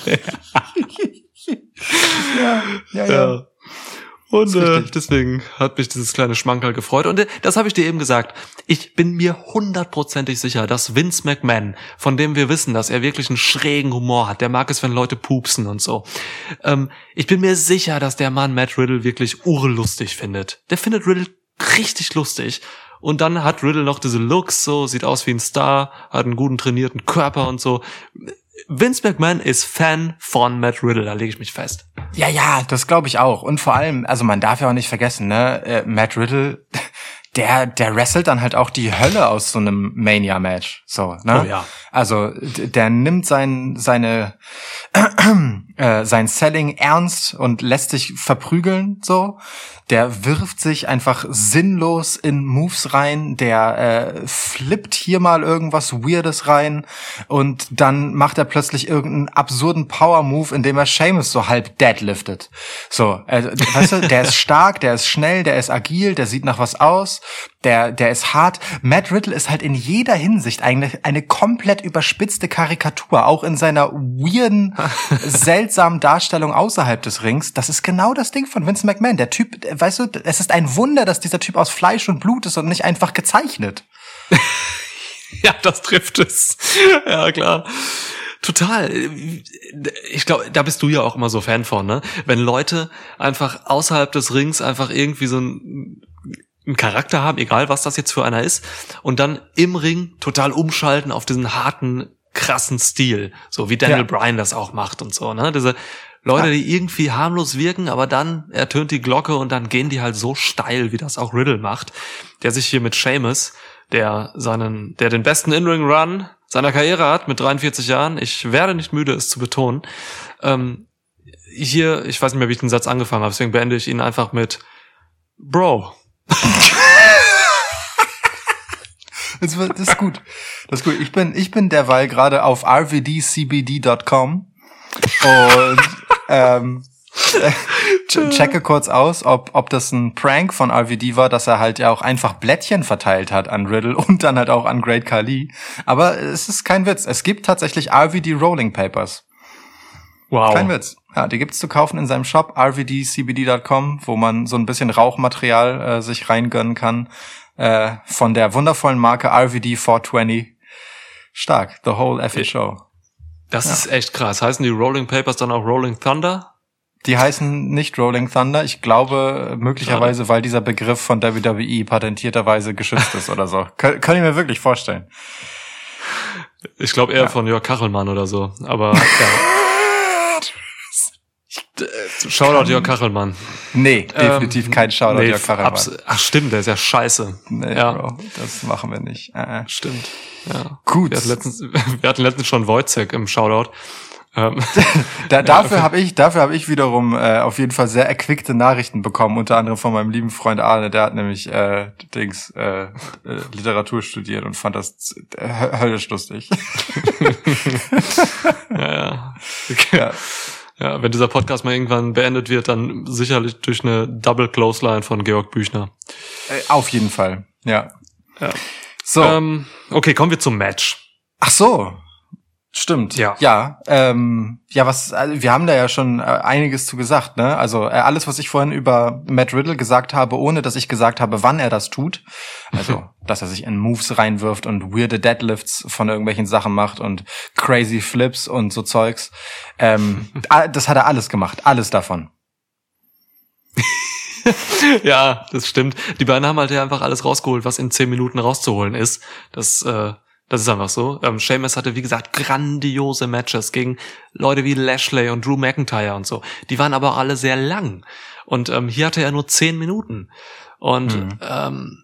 ja, ja, ja. ja. Und ist äh, richtig. deswegen hat mich dieses kleine Schmankerl gefreut. Und äh, das habe ich dir eben gesagt. Ich bin mir hundertprozentig sicher, dass Vince McMahon, von dem wir wissen, dass er wirklich einen schrägen Humor hat, der mag es, wenn Leute pupsen und so. Ähm, ich bin mir sicher, dass der Mann Matt Riddle wirklich urlustig findet. Der findet Riddle richtig lustig. Und dann hat Riddle noch diese Looks, so, sieht aus wie ein Star, hat einen guten trainierten Körper und so. Vince McMahon ist Fan von Matt Riddle, da lege ich mich fest. Ja, ja, das glaube ich auch. Und vor allem, also man darf ja auch nicht vergessen, ne, äh, Matt Riddle, der, der wrestelt dann halt auch die Hölle aus so einem Mania-Match. So, ne? Oh ja. Also, d- der nimmt sein, seine, äh, sein Selling ernst und lässt sich verprügeln, so. Der wirft sich einfach sinnlos in Moves rein, der äh, flippt hier mal irgendwas Weirdes rein und dann macht er plötzlich irgendeinen absurden Power-Move, indem er Sheamus so halb deadliftet. So, also, weißt du, der ist stark, der ist schnell, der ist agil, der sieht nach was aus, der der ist hart. Matt Riddle ist halt in jeder Hinsicht eigentlich eine komplett überspitzte Karikatur, auch in seiner weirden, seltsamen Darstellung außerhalb des Rings. Das ist genau das Ding von Vince McMahon. Der Typ, weißt du, es ist ein Wunder, dass dieser Typ aus Fleisch und Blut ist und nicht einfach gezeichnet. Ja, das trifft es. Ja, klar. Total. Ich glaube, da bist du ja auch immer so Fan von, ne? Wenn Leute einfach außerhalb des Rings einfach irgendwie so ein einen Charakter haben, egal was das jetzt für einer ist, und dann im Ring total umschalten auf diesen harten, krassen Stil, so wie Daniel Ja. Bryan das auch macht und so, ne? Diese Leute, Ja. die irgendwie harmlos wirken, aber dann ertönt die Glocke und dann gehen die halt so steil, wie das auch Riddle macht, der sich hier mit Sheamus, der seinen, der den besten In-Ring-Run seiner Karriere hat mit dreiundvierzig Jahren, ich werde nicht müde, es zu betonen, ähm, hier, ich weiß nicht mehr, wie ich den Satz angefangen habe, deswegen beende ich ihn einfach mit Bro. Das wird- das ist gut. Das ist gut. Ich bin, ich bin derweil gerade auf r v d c b d dot com und ähm, äh, checke kurz aus, ob ob das ein Prank von R V D war, dass er halt ja auch einfach Blättchen verteilt hat an Riddle und dann halt auch an Great Khali. Aber es ist kein Witz. Es gibt tatsächlich R V D Rolling Papers. Wow. Kein Witz. Ja, die gibt's zu kaufen in seinem Shop r v d c b d dot com, wo man so ein bisschen Rauchmaterial äh, sich reingönnen kann. Äh, von der wundervollen Marke R V D vierhundertzwanzig. Stark. The whole F A Show. Das ist echt krass. Heißen die Rolling Papers dann auch Rolling Thunder? Die heißen nicht Rolling Thunder. Ich glaube, möglicherweise, weil dieser Begriff von W W E patentierterweise geschützt ist oder so. Kön- kann ich mir wirklich vorstellen. Ich glaube eher Ja. von Jörg Kachelmann oder so. Aber ja. Shoutout Jörg Kachelmann. Nee, definitiv Ähm, kein Shoutout, nee, Jörg Kachelmann. abs- Ach stimmt, der ist ja scheiße. Nee, ja. Bro, das machen wir nicht. Äh, äh. Stimmt. Ja. Gut. Wir hatten letztens, wir hatten letztens schon Wojciech im Shoutout. Ähm, da, dafür habe ich, dafür habe ich wiederum äh, auf jeden Fall sehr erquickte Nachrichten bekommen, unter anderem von meinem lieben Freund Arne, der hat nämlich äh, Dings äh, äh, Literatur studiert und fand das äh, höllisch lustig. ja, ja. Okay. Ja. Ja, wenn dieser Podcast mal irgendwann beendet wird, dann sicherlich durch eine Double Clothesline von Georg Büchner. Äh, auf jeden Fall, ja. Ja. So. Ähm, okay, kommen wir zum Match. Ach so. Stimmt. Ja. Ja, ähm, ja, was, also wir haben da ja schon äh, einiges zu gesagt, ne? Also äh, alles, was ich vorhin über Matt Riddle gesagt habe, ohne dass ich gesagt habe, wann er das tut. Also, dass er sich in Moves reinwirft und weirde Deadlifts von irgendwelchen Sachen macht und crazy Flips und so Zeugs. Ähm, das hat er alles gemacht, alles davon. Ja, das stimmt. Die beiden haben halt ja einfach alles rausgeholt, was in zehn Minuten rauszuholen ist. Das, äh, Das ist einfach so. Ähm, Sheamus hatte, wie gesagt, grandiose Matches gegen Leute wie Lashley und Drew McIntyre und so. Die waren aber auch alle sehr lang. Und ähm, hier hatte er nur zehn Minuten. Und mhm. ähm,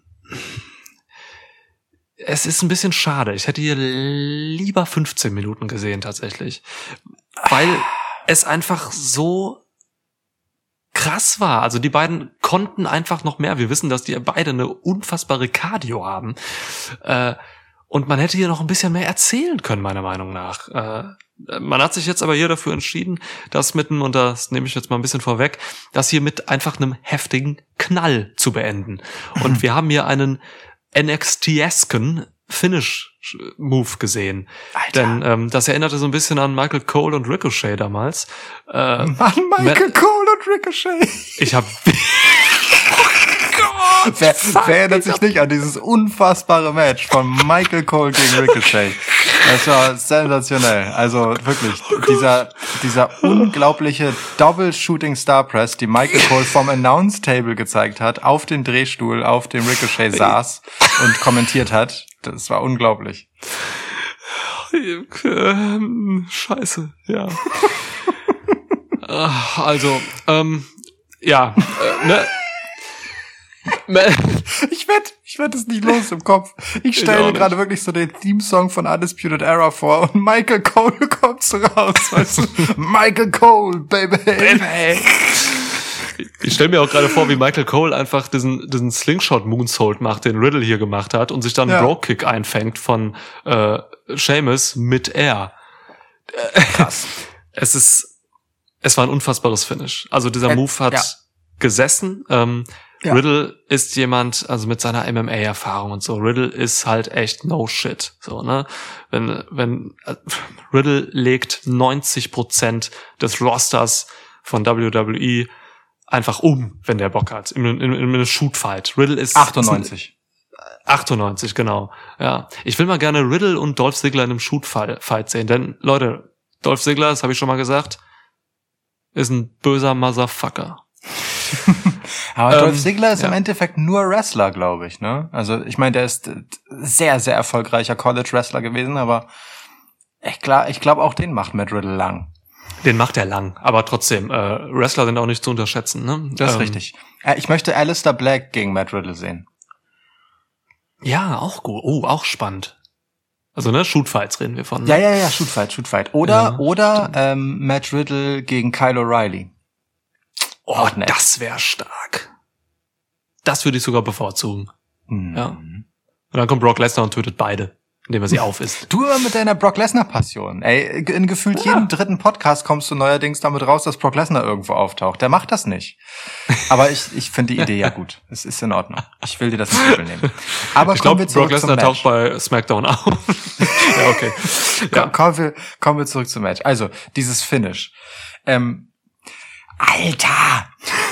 es ist ein bisschen schade. Ich hätte hier lieber fünfzehn Minuten gesehen tatsächlich. Weil es einfach so krass war. Also die beiden konnten einfach noch mehr. Wir wissen, dass die beide eine unfassbare Cardio haben. Äh, Und man hätte hier noch ein bisschen mehr erzählen können, meiner Meinung nach. Äh, man hat sich jetzt aber hier dafür entschieden, das mit einem, und das nehme ich jetzt mal ein bisschen vorweg, das hier mit einfach einem heftigen Knall zu beenden. Und wir haben hier einen N X T-esken Finish-Move gesehen. Alter. Denn ähm, das erinnerte so ein bisschen an Michael Cole und Ricochet damals. Äh, Mann, Michael Ma- Cole und Ricochet. Ich habe... Wer, wer erinnert sich nicht an dieses unfassbare Match von Michael Cole gegen Ricochet? Das war sensationell. Also wirklich, dieser dieser unglaubliche Double Shooting Star Press, die Michael Cole vom Announce Table gezeigt hat, auf den Drehstuhl, auf dem Ricochet saß und kommentiert hat. Das war unglaublich. Scheiße, ja. Also, ähm, ja, äh, ne? Ich werd, ich werd es nicht los im Kopf. Ich stelle mir gerade wirklich so den Theme-Song von Undisputed Era vor und Michael Cole kommt so raus, weißt du? Michael Cole, baby. baby. Ich stelle mir auch gerade vor, wie Michael Cole einfach diesen, diesen Slingshot-Moonsault macht, den Riddle hier gemacht hat und sich dann einen ja. Brogue-Kick einfängt von äh, Sheamus mit Air. Krass. Es ist, es war ein unfassbares Finish. Also dieser äh, Move hat ja. gesessen. Ähm, Ja. Riddle ist jemand, also mit seiner M M A-Erfahrung und so. Riddle ist halt echt no shit. So, ne? Wenn, wenn, äh, Riddle legt neunzig Prozent des Rosters von W W E einfach um, wenn der Bock hat. In, in, in einem Shootfight. Riddle ist achtundneunzig. Ist ein, achtundneunzig, genau. Ja. Ich will mal gerne Riddle und Dolph Ziggler in einem Shootfight sehen. Denn, Leute, Dolph Ziggler, das habe ich schon mal gesagt, ist ein böser Motherfucker. Aber Dolph Ziggler ähm, ist ja. im Endeffekt nur Wrestler, glaube ich, ne? Also ich meine, der ist sehr, sehr erfolgreicher College-Wrestler gewesen, aber ich glaube, ich glaube auch den macht Matt Riddle lang. Den macht er lang, aber trotzdem, äh, Wrestler sind auch nicht zu unterschätzen, ne? Das ist ähm, richtig. Äh, ich möchte Alistair Black gegen Matt Riddle sehen. Ja, auch gut. Oh, auch spannend. Also, ne, Shootfights reden wir von. Ne? Ja, ja, ja, Shootfight, Shootfight. Oder, ja, oder ähm, Matt Riddle gegen Kyle O'Reilly. Oh, das wäre stark. Das würde ich sogar bevorzugen. Mhm. Ja. Und dann kommt Brock Lesnar und tötet beide, indem er sie aufisst. Du mit deiner Brock Lesnar-Passion. Ey, in gefühlt ja. jedem dritten Podcast kommst du neuerdings damit raus, dass Brock Lesnar irgendwo auftaucht. Der macht das nicht. Aber ich, ich finde die Idee ja gut. Es ist in Ordnung. Ich will dir das nicht übel nehmen. Aber ich glaube, Brock Lesnar taucht bei SmackDown auf. Ja, okay. Ja. Komm, kommen wir, kommen wir zurück zum Match. Also, dieses Finish. Ähm, Alter!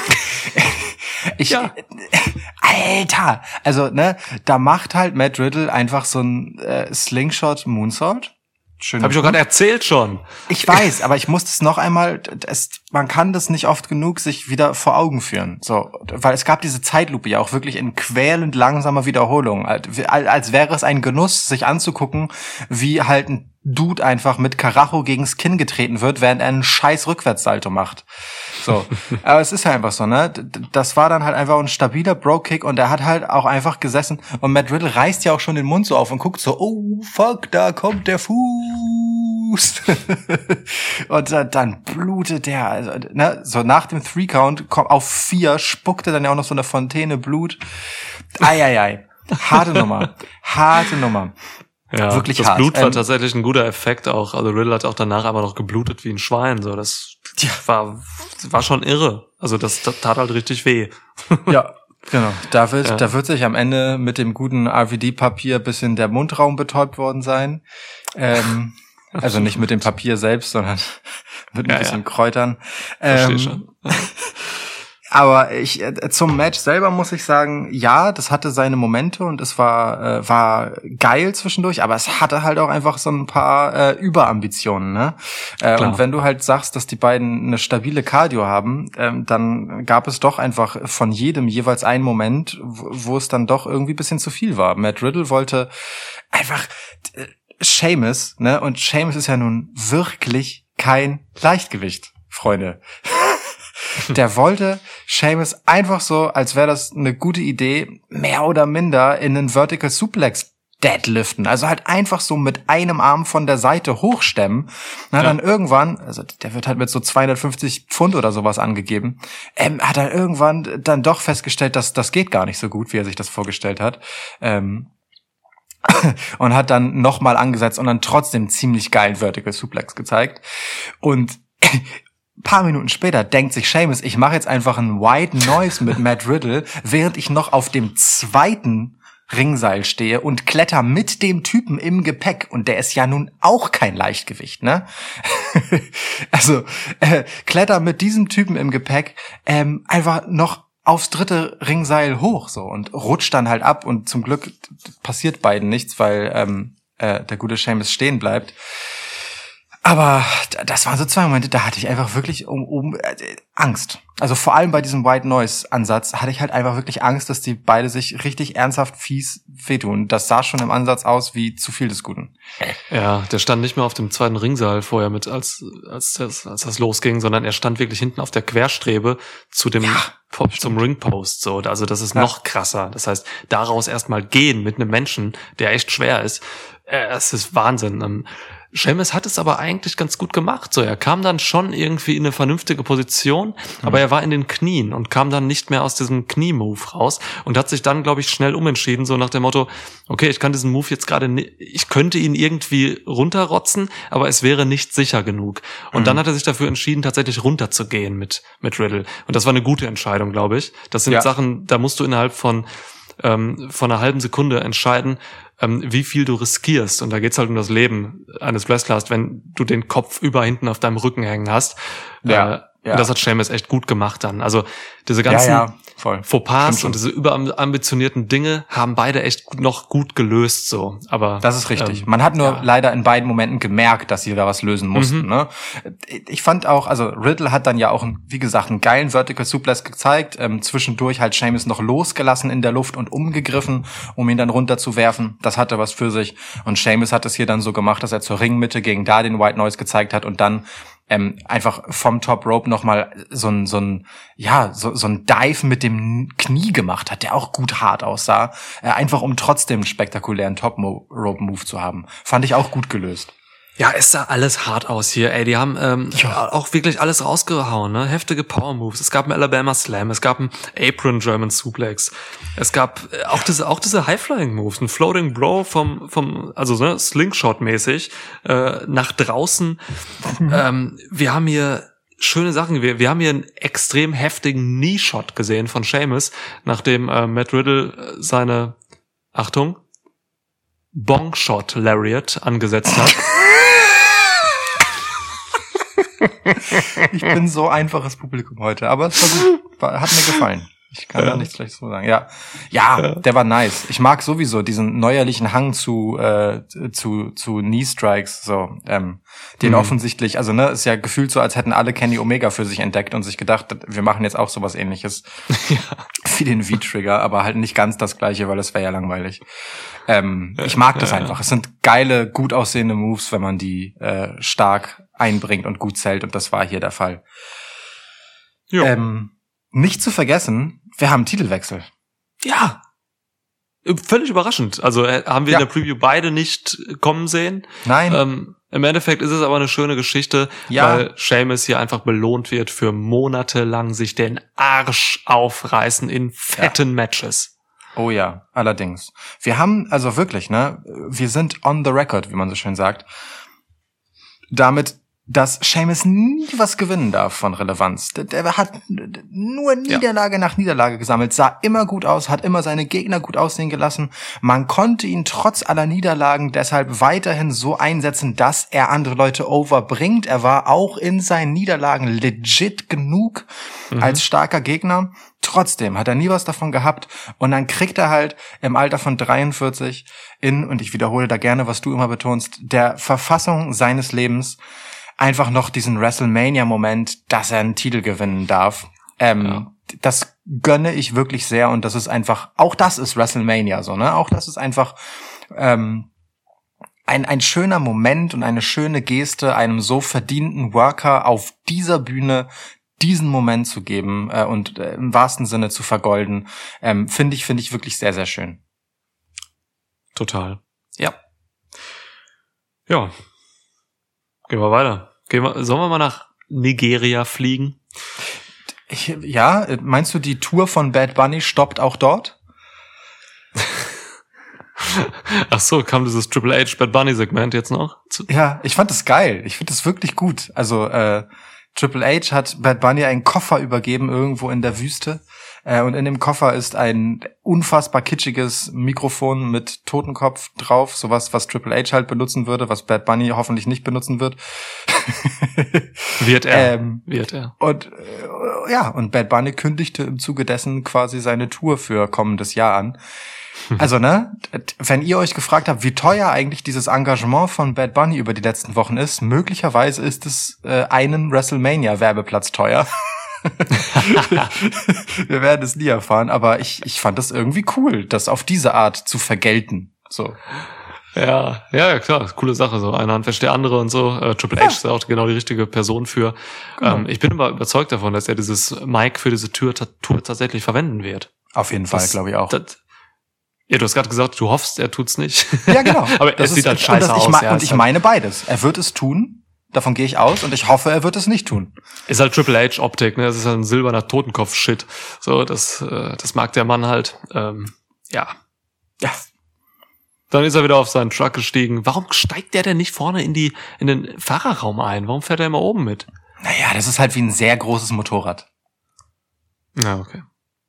Ich, ja. Alter! Also, ne, da macht halt Matt Riddle einfach so ein äh, Slingshot Moonsault. Schön. Hab ich doch gerade erzählt schon. Ich weiß, aber ich muss das noch einmal, das, man kann das nicht oft genug sich wieder vor Augen führen. So, weil es gab diese Zeitlupe ja auch wirklich in quälend langsamer Wiederholung. Als, als wäre es ein Genuss, sich anzugucken, wie halt ein Dude einfach mit Karacho gegens Kinn getreten wird, während er einen scheiß Rückwärtssalto macht. So. Aber es ist halt einfach so, ne? Das war dann halt einfach ein stabiler Bro-Kick und er hat halt auch einfach gesessen und Matt Riddle reißt ja auch schon den Mund so auf und guckt so, oh, fuck, da kommt der Fuß. lose. Und äh, dann blutet der, also, ne, so nach dem Three-Count kommt auf vier, spuckte dann ja auch noch so eine Fontäne Blut. Eieiei. Harte Nummer. Harte Nummer. Ja, wirklich das hart. Blut war ähm, tatsächlich ein guter Effekt auch. Also Riddle hat auch danach aber noch geblutet wie ein Schwein. So, das war, war schon irre. Also das, das tat halt richtig weh. Ja, genau. Da wird, Ja. da wird sich am Ende mit dem guten R V D-Papier bisschen der Mundraum betäubt worden sein. Ähm, also nicht mit dem Papier selbst, sondern mit ein Ja, bisschen ja. Kräutern. Versteh Ähm, schon. Aber ich äh, zum Match selber muss ich sagen, ja, das hatte seine Momente und es war äh, war geil zwischendurch, aber es hatte halt auch einfach so ein paar äh, Überambitionen, ne? Äh, Klar. und wenn du halt sagst, dass die beiden eine stabile Cardio haben, ähm, dann gab es doch einfach von jedem jeweils einen Moment, wo, wo es dann doch irgendwie ein bisschen zu viel war. Matt Riddle wollte einfach äh, Sheamus, ne? Und Sheamus ist ja nun wirklich kein Leichtgewicht, Freunde. Der wollte Sheamus einfach so, als wäre das eine gute Idee, mehr oder minder in einen Vertical Suplex deadliften. Also halt einfach so mit einem Arm von der Seite hochstemmen. Na, Ja. dann irgendwann, also der wird halt mit so zweihundertfünfzig Pfund oder sowas angegeben, ähm, hat er irgendwann dann doch festgestellt, dass das geht gar nicht so gut, wie er sich das vorgestellt hat. Ähm, und hat dann nochmal angesetzt und dann trotzdem ziemlich geilen Vertical Suplex gezeigt. Und paar Minuten später denkt sich Sheamus, ich mache jetzt einfach einen White Noise mit Matt Riddle, während ich noch auf dem zweiten Ringseil stehe und kletter mit dem Typen im Gepäck. Und der ist ja nun auch kein Leichtgewicht, ne? Also, äh, kletter mit diesem Typen im Gepäck ähm, einfach noch aufs dritte Ringseil hoch so und rutscht dann halt ab. Und zum Glück passiert beiden nichts, weil ähm, äh, der gute Sheamus stehen bleibt. Aber das waren so zwei Momente, da hatte ich einfach wirklich um, um äh, Angst. Also vor allem bei diesem White Noise Ansatz hatte ich halt einfach wirklich Angst, dass die beide sich richtig ernsthaft fies wehtun. Das sah schon im Ansatz aus wie zu viel des Guten. Ja, der stand nicht mehr auf dem zweiten Ringsaal vorher mit, als, als, das, als das losging, sondern er stand wirklich hinten auf der Querstrebe zu dem, Ja, zum Ringpost, so. Also das ist Ja. noch krasser. Das heißt, daraus erstmal gehen mit einem Menschen, der echt schwer ist, äh, es ist Wahnsinn. Ähm, Sheamus hat es aber eigentlich ganz gut gemacht. So, er kam dann schon irgendwie in eine vernünftige Position, mhm. aber er war in den Knien und kam dann nicht mehr aus diesem Knie-Move raus und hat sich dann, glaube ich, schnell umentschieden, so nach dem Motto, okay, ich kann diesen Move jetzt gerade, ni- ich könnte ihn irgendwie runterrotzen, aber es wäre nicht sicher genug. Und Mhm. dann hat er sich dafür entschieden, tatsächlich runterzugehen mit, mit Riddle. Und das war eine gute Entscheidung, glaube ich. Das sind Ja. Sachen, da musst du innerhalb von, ähm, von einer halben Sekunde entscheiden, ähm, wie viel du riskierst. Und da geht's halt um das Leben eines Wrestlers, wenn du den Kopf über hinten auf deinem Rücken hängen hast. Ja, äh, ja. Und das hat Sheamus echt gut gemacht dann. Also diese Ja, ganzen ja, voll. Fauxpas Stimmt schon. und diese überambitionierten Dinge haben beide echt gut, noch gut gelöst. So, aber Das ist richtig. ähm, Man hat nur ja. leider in beiden Momenten gemerkt, dass sie da was lösen mussten. Mhm. Ne? Ich fand auch, also Riddle hat dann ja auch, wie gesagt, einen geilen Vertical Suplex gezeigt. Ähm, zwischendurch halt Sheamus noch losgelassen in der Luft und umgegriffen, um ihn dann runterzuwerfen. Das hatte was für sich. Und Sheamus hat es hier dann so gemacht, dass er zur Ringmitte gegen da den White Noise gezeigt hat und dann ähm, einfach vom Top Rope nochmal so ein, so ein, ja, so, so ein Dive mit dem Knie gemacht hat, der auch gut hart aussah. Äh, einfach um trotzdem einen spektakulären Top Rope Move zu haben. Fand ich auch gut gelöst. Ja, es sah alles hart aus hier, ey. Die haben ähm, Ja. auch wirklich alles rausgehauen, ne? Heftige Power Moves. Es gab einen Alabama Slam, es gab einen Apron German Suplex. Es gab äh, auch diese auch diese High-Flying Moves, ein Floating Bro vom vom also ne, Slingshot mäßig äh, nach draußen. ähm, wir haben hier schöne Sachen. Wir, wir haben hier einen extrem heftigen Knee-Shot gesehen von Sheamus, nachdem äh, Matt Riddle äh, seine Achtung Bong-Shot Lariat angesetzt hat. Ich bin so einfaches Publikum heute, aber es war gut. War, hat mir gefallen. Ich kann Ja. da nichts Schlechtes zu sagen. Ja. ja, der war nice. Ich mag sowieso diesen neuerlichen Hang zu äh, zu zu Knee Strikes, so ähm, den Mhm. offensichtlich, also ne, ist ja gefühlt so, als hätten alle Kenny Omega für sich entdeckt und sich gedacht, wir machen jetzt auch sowas Ähnliches wie den V-Trigger, aber halt nicht ganz das Gleiche, weil das wäre ja langweilig. Ähm, ich mag das Ja, ja. einfach. Es sind geile, gut aussehende Moves, wenn man die äh, stark einbringt und gut zählt, und das war hier der Fall. Jo. Ähm, nicht zu vergessen, wir haben einen Titelwechsel. Ja. Völlig überraschend. Also äh, haben wir Ja. in der Preview beide nicht kommen sehen. Nein. Ähm, Im Endeffekt ist es aber eine schöne Geschichte, Ja. weil Sheamus hier einfach belohnt wird für monatelang sich den Arsch aufreißen in fetten Matches. Oh ja, allerdings. Wir haben, also wirklich, ne, wir sind on the record, wie man so schön sagt, damit, dass Sheamus nie was gewinnen darf von Relevanz. Der, der hat nur Niederlage ja. nach Niederlage gesammelt, sah immer gut aus, hat immer seine Gegner gut aussehen gelassen. Man konnte ihn trotz aller Niederlagen deshalb weiterhin so einsetzen, dass er andere Leute overbringt. Er war auch in seinen Niederlagen legit genug mhm. als starker Gegner. Trotzdem hat er nie was davon gehabt und dann kriegt er halt im Alter von dreiundvierzig in, und ich wiederhole da gerne, was du immer betonst, der Verfassung seines Lebens einfach noch diesen WrestleMania-Moment, dass er einen Titel gewinnen darf. Ähm, ja. Das gönne ich wirklich sehr und das ist einfach, auch das ist WrestleMania so, ne? Auch das ist einfach ähm, ein ein schöner Moment und eine schöne Geste, einem so verdienten Worker auf dieser Bühne diesen Moment zu geben äh, und äh, im wahrsten Sinne zu vergolden, ähm, finde ich, finde ich wirklich sehr, sehr schön. Total. Ja. Ja. Gehen wir weiter. Gehen wir, sollen wir mal nach Nigeria fliegen? Ich, ja, meinst du, die Tour von Bad Bunny stoppt auch dort? Ach so, kam dieses Triple H Bad Bunny Segment jetzt noch? Ja, ich fand das geil. Ich finde das wirklich gut. Also äh, Triple H hat Bad Bunny einen Koffer übergeben irgendwo in der Wüste. Äh, und in dem Koffer ist ein unfassbar kitschiges Mikrofon mit Totenkopf drauf. Sowas, was Triple H halt benutzen würde, was Bad Bunny hoffentlich nicht benutzen wird. Wird er. Ähm, wird er. Und äh, ja, und Bad Bunny kündigte im Zuge dessen quasi seine Tour für kommendes Jahr an. Also, ne, wenn ihr euch gefragt habt, wie teuer eigentlich dieses Engagement von Bad Bunny über die letzten Wochen ist, möglicherweise ist es äh, einen WrestleMania-Werbeplatz teuer. Wir werden es nie erfahren, aber ich ich fand das irgendwie cool, das auf diese Art zu vergelten. So. Ja, ja, klar, coole Sache. So eine Hand wäscht der andere und so. Äh, Triple H ja. ist auch genau die richtige Person für. Genau. Ähm, ich bin aber überzeugt davon, dass er dieses Mic für diese Tour, Tour tatsächlich verwenden wird. Auf jeden Fall, glaube ich auch. Das, ja, du hast gerade gesagt, du hoffst, er tut's nicht. Ja, genau. aber das es sieht ist, halt scheiße und das, aus. Ich mein, ja, und ich meine beides. Er wird es tun. Davon gehe ich aus und ich hoffe, er wird es nicht tun. Ist halt Triple H Optik, ne? Das ist halt ein silberner Totenkopf-Shit. So, das, äh, das mag der Mann halt. Ähm, ja. Ja. Dann ist er wieder auf seinen Truck gestiegen. Warum steigt der denn nicht vorne in die, in den Fahrerraum ein? Warum fährt er immer oben mit? Naja, das ist halt wie ein sehr großes Motorrad. Ja, okay.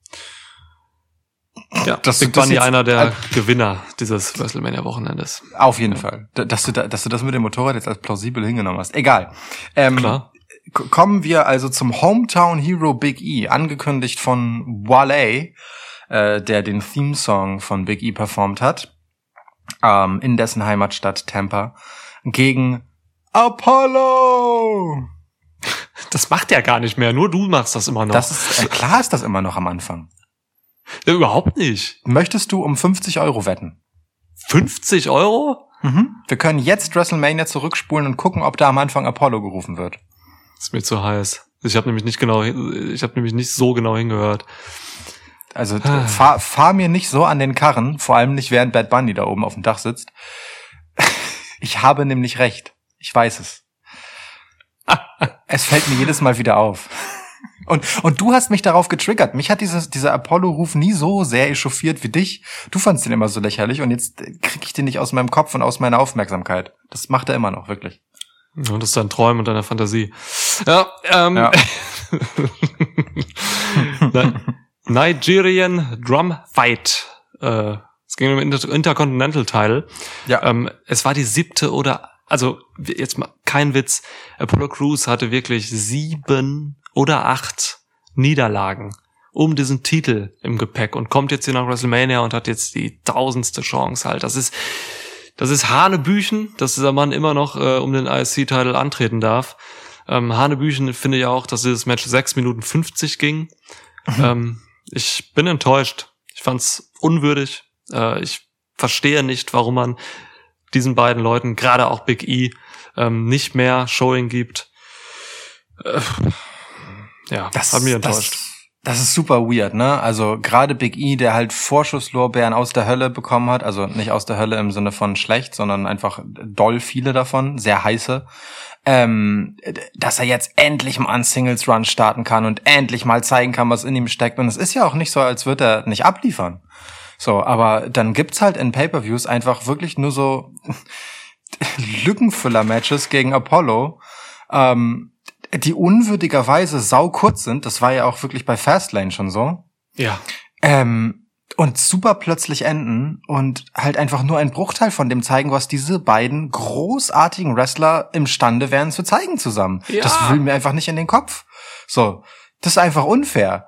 Ja, das Big Bunny einer der äh, Gewinner dieses WrestleMania-Wochenendes. Auf jeden ja. Fall. Dass du, da, dass du das mit dem Motorrad jetzt als plausibel hingenommen hast. Egal. Ähm, Klar. K- kommen wir also zum Hometown Hero Big E, angekündigt von Wale, äh, der den Theme-Song von Big E performt hat, ähm, in dessen Heimatstadt Tampa, gegen Apollo! Das macht er gar nicht mehr, nur du machst das immer noch. Das ist, äh, klar ist das immer noch am Anfang. Ja, überhaupt nicht. Möchtest du um fünfzig Euro wetten? fünfzig Euro? Mhm. Wir können jetzt WrestleMania zurückspulen und gucken, ob da am Anfang Apollo gerufen wird. Das ist mir zu heiß. Ich habe nämlich nicht genau, ich habe nämlich nicht so genau hingehört. Also ah. fahr, fahr mir nicht so an den Karren, vor allem nicht während Bad Bunny da oben auf dem Dach sitzt. Ich habe nämlich recht. Ich weiß es. Es fällt mir jedes Mal wieder auf. Und, und du hast mich darauf getriggert. Mich hat dieses, dieser Apollo-Ruf nie so sehr echauffiert wie dich. Du fandst den immer so lächerlich und jetzt krieg ich den nicht aus meinem Kopf und aus meiner Aufmerksamkeit. Das macht er immer noch, wirklich. Ja, das ist dein Träumen und deine Fantasie. Ja, ähm. Ja. Nigerian Drum Fight. Äh, es ging um Inter- Intercontinental-Title. Ja. Ähm, es war die siebte oder, also jetzt mal kein Witz, Apollo Crews hatte wirklich sieben oder acht Niederlagen um diesen Titel im Gepäck und kommt jetzt hier nach WrestleMania und hat jetzt die tausendste Chance halt. Das ist, das ist Hanebüchen, dass dieser Mann immer noch äh, um den I S C-Titel antreten darf. Ähm, Hanebüchen finde ich auch, dass dieses Match sechs Minuten fünfzig ging. Mhm. Ähm, ich bin enttäuscht. Ich fand's unwürdig. Äh, ich verstehe nicht, warum man diesen beiden Leuten, gerade auch Big E, ähm, nicht mehr Showing gibt. Äh, ja, das hat mich enttäuscht. Das ist super weird, ne? Also gerade Big E, der halt Vorschusslorbeeren aus der Hölle bekommen hat, also nicht aus der Hölle im Sinne von schlecht, sondern einfach doll viele davon, sehr heiße, ähm, dass er jetzt endlich mal einen Singles-Run starten kann und endlich mal zeigen kann, was in ihm steckt. Und es ist ja auch nicht so, als würde er nicht abliefern. So, aber dann gibt's halt in Pay-Per-Views einfach wirklich nur so Lückenfüller-Matches gegen Apollo, ähm, die unwürdigerweise sau kurz sind. Das war ja auch wirklich bei Fastlane schon so. Ja. Ähm, und super plötzlich enden und halt einfach nur einen Bruchteil von dem zeigen, was diese beiden großartigen Wrestler imstande wären zu zeigen zusammen. Ja. Das will mir einfach nicht in den Kopf. So, das ist einfach unfair.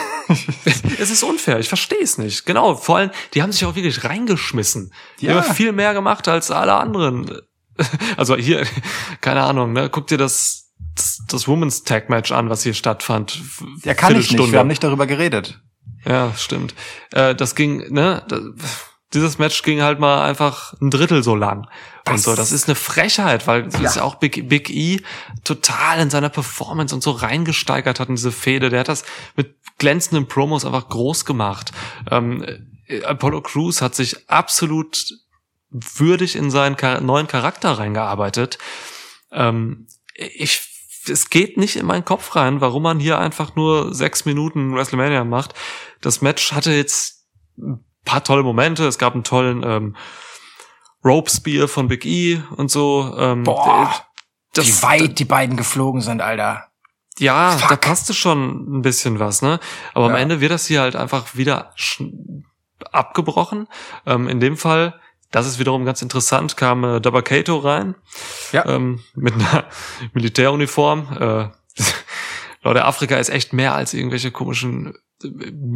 Es ist unfair, ich verstehe es nicht. Genau, vor allem, die haben sich auch wirklich reingeschmissen. Die Ja. haben viel mehr gemacht als alle anderen. Also hier, keine Ahnung, ne? Guck dir das das, das Women's Tag Match an, was hier stattfand. Ja, kann ich nicht, Viertelstunde. wir haben nicht darüber geredet. Ja, stimmt. Äh, das ging, ne, das, dieses Match ging halt mal einfach ein Drittel so lang. Das- und so, das ist eine Frechheit, weil das Ja. ist ja auch Big, Big E total in seiner Performance und so reingesteigert hat in diese Fehde. Der hat das mit glänzenden Promos einfach groß gemacht. Ähm, Apollo Crews hat sich absolut würdig in seinen Char- neuen Charakter reingearbeitet. Ähm, ich Es geht nicht in meinen Kopf rein, warum man hier einfach nur sechs Minuten WrestleMania macht. Das Match hatte jetzt ein paar tolle Momente. Es gab einen tollen ähm, Rope Spear von Big E und so. Ähm, Boah, das, wie weit die beiden geflogen sind, Alter. Ja, Fuck. da passte schon ein bisschen was, ne? Aber am Ja. Ende wird das hier halt einfach wieder sch- abgebrochen. Ähm, in dem Fall, das ist wiederum ganz interessant, kam äh, Dabba-Kato rein. Ja. Ähm, mit einer Militäruniform. Äh, Leute, Afrika ist echt mehr als irgendwelche komischen äh,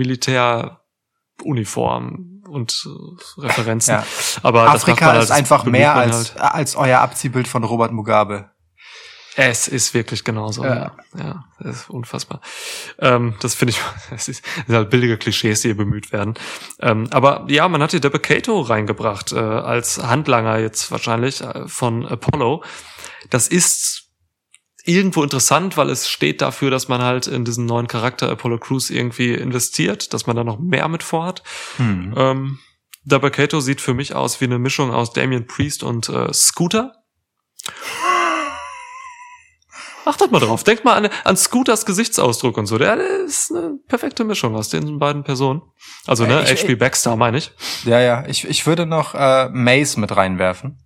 Militäruniformen und äh, Referenzen. Ja. Aber das macht Afrika man halt, ist das einfach bemüht mehr man als, halt. als euer Abziehbild von Robert Mugabe. Es ist wirklich genauso. Ja. Ja, ja, das ist unfassbar. Ähm, das finde ich, es ist, das sind halt billige Klischees, die hier bemüht werden. Ähm, aber ja, man hat hier Dabba-Kato reingebracht äh, als Handlanger jetzt wahrscheinlich äh, von Apollo. Das ist irgendwo interessant, weil es steht dafür, dass man halt in diesen neuen Charakter Apollo Crews irgendwie investiert, dass man da noch mehr mit vorhat. Hm. Ähm, Dabba-Kato sieht für mich aus wie eine Mischung aus Damian Priest und äh, Scooter. Achtet mal drauf. Denkt mal an, an Scooters Gesichtsausdruck und so. Der ist eine perfekte Mischung aus den beiden Personen. Also, ne, Ich- H P Baxter meine ich. Ja, ja, ich, ich würde noch äh, Mace mit reinwerfen.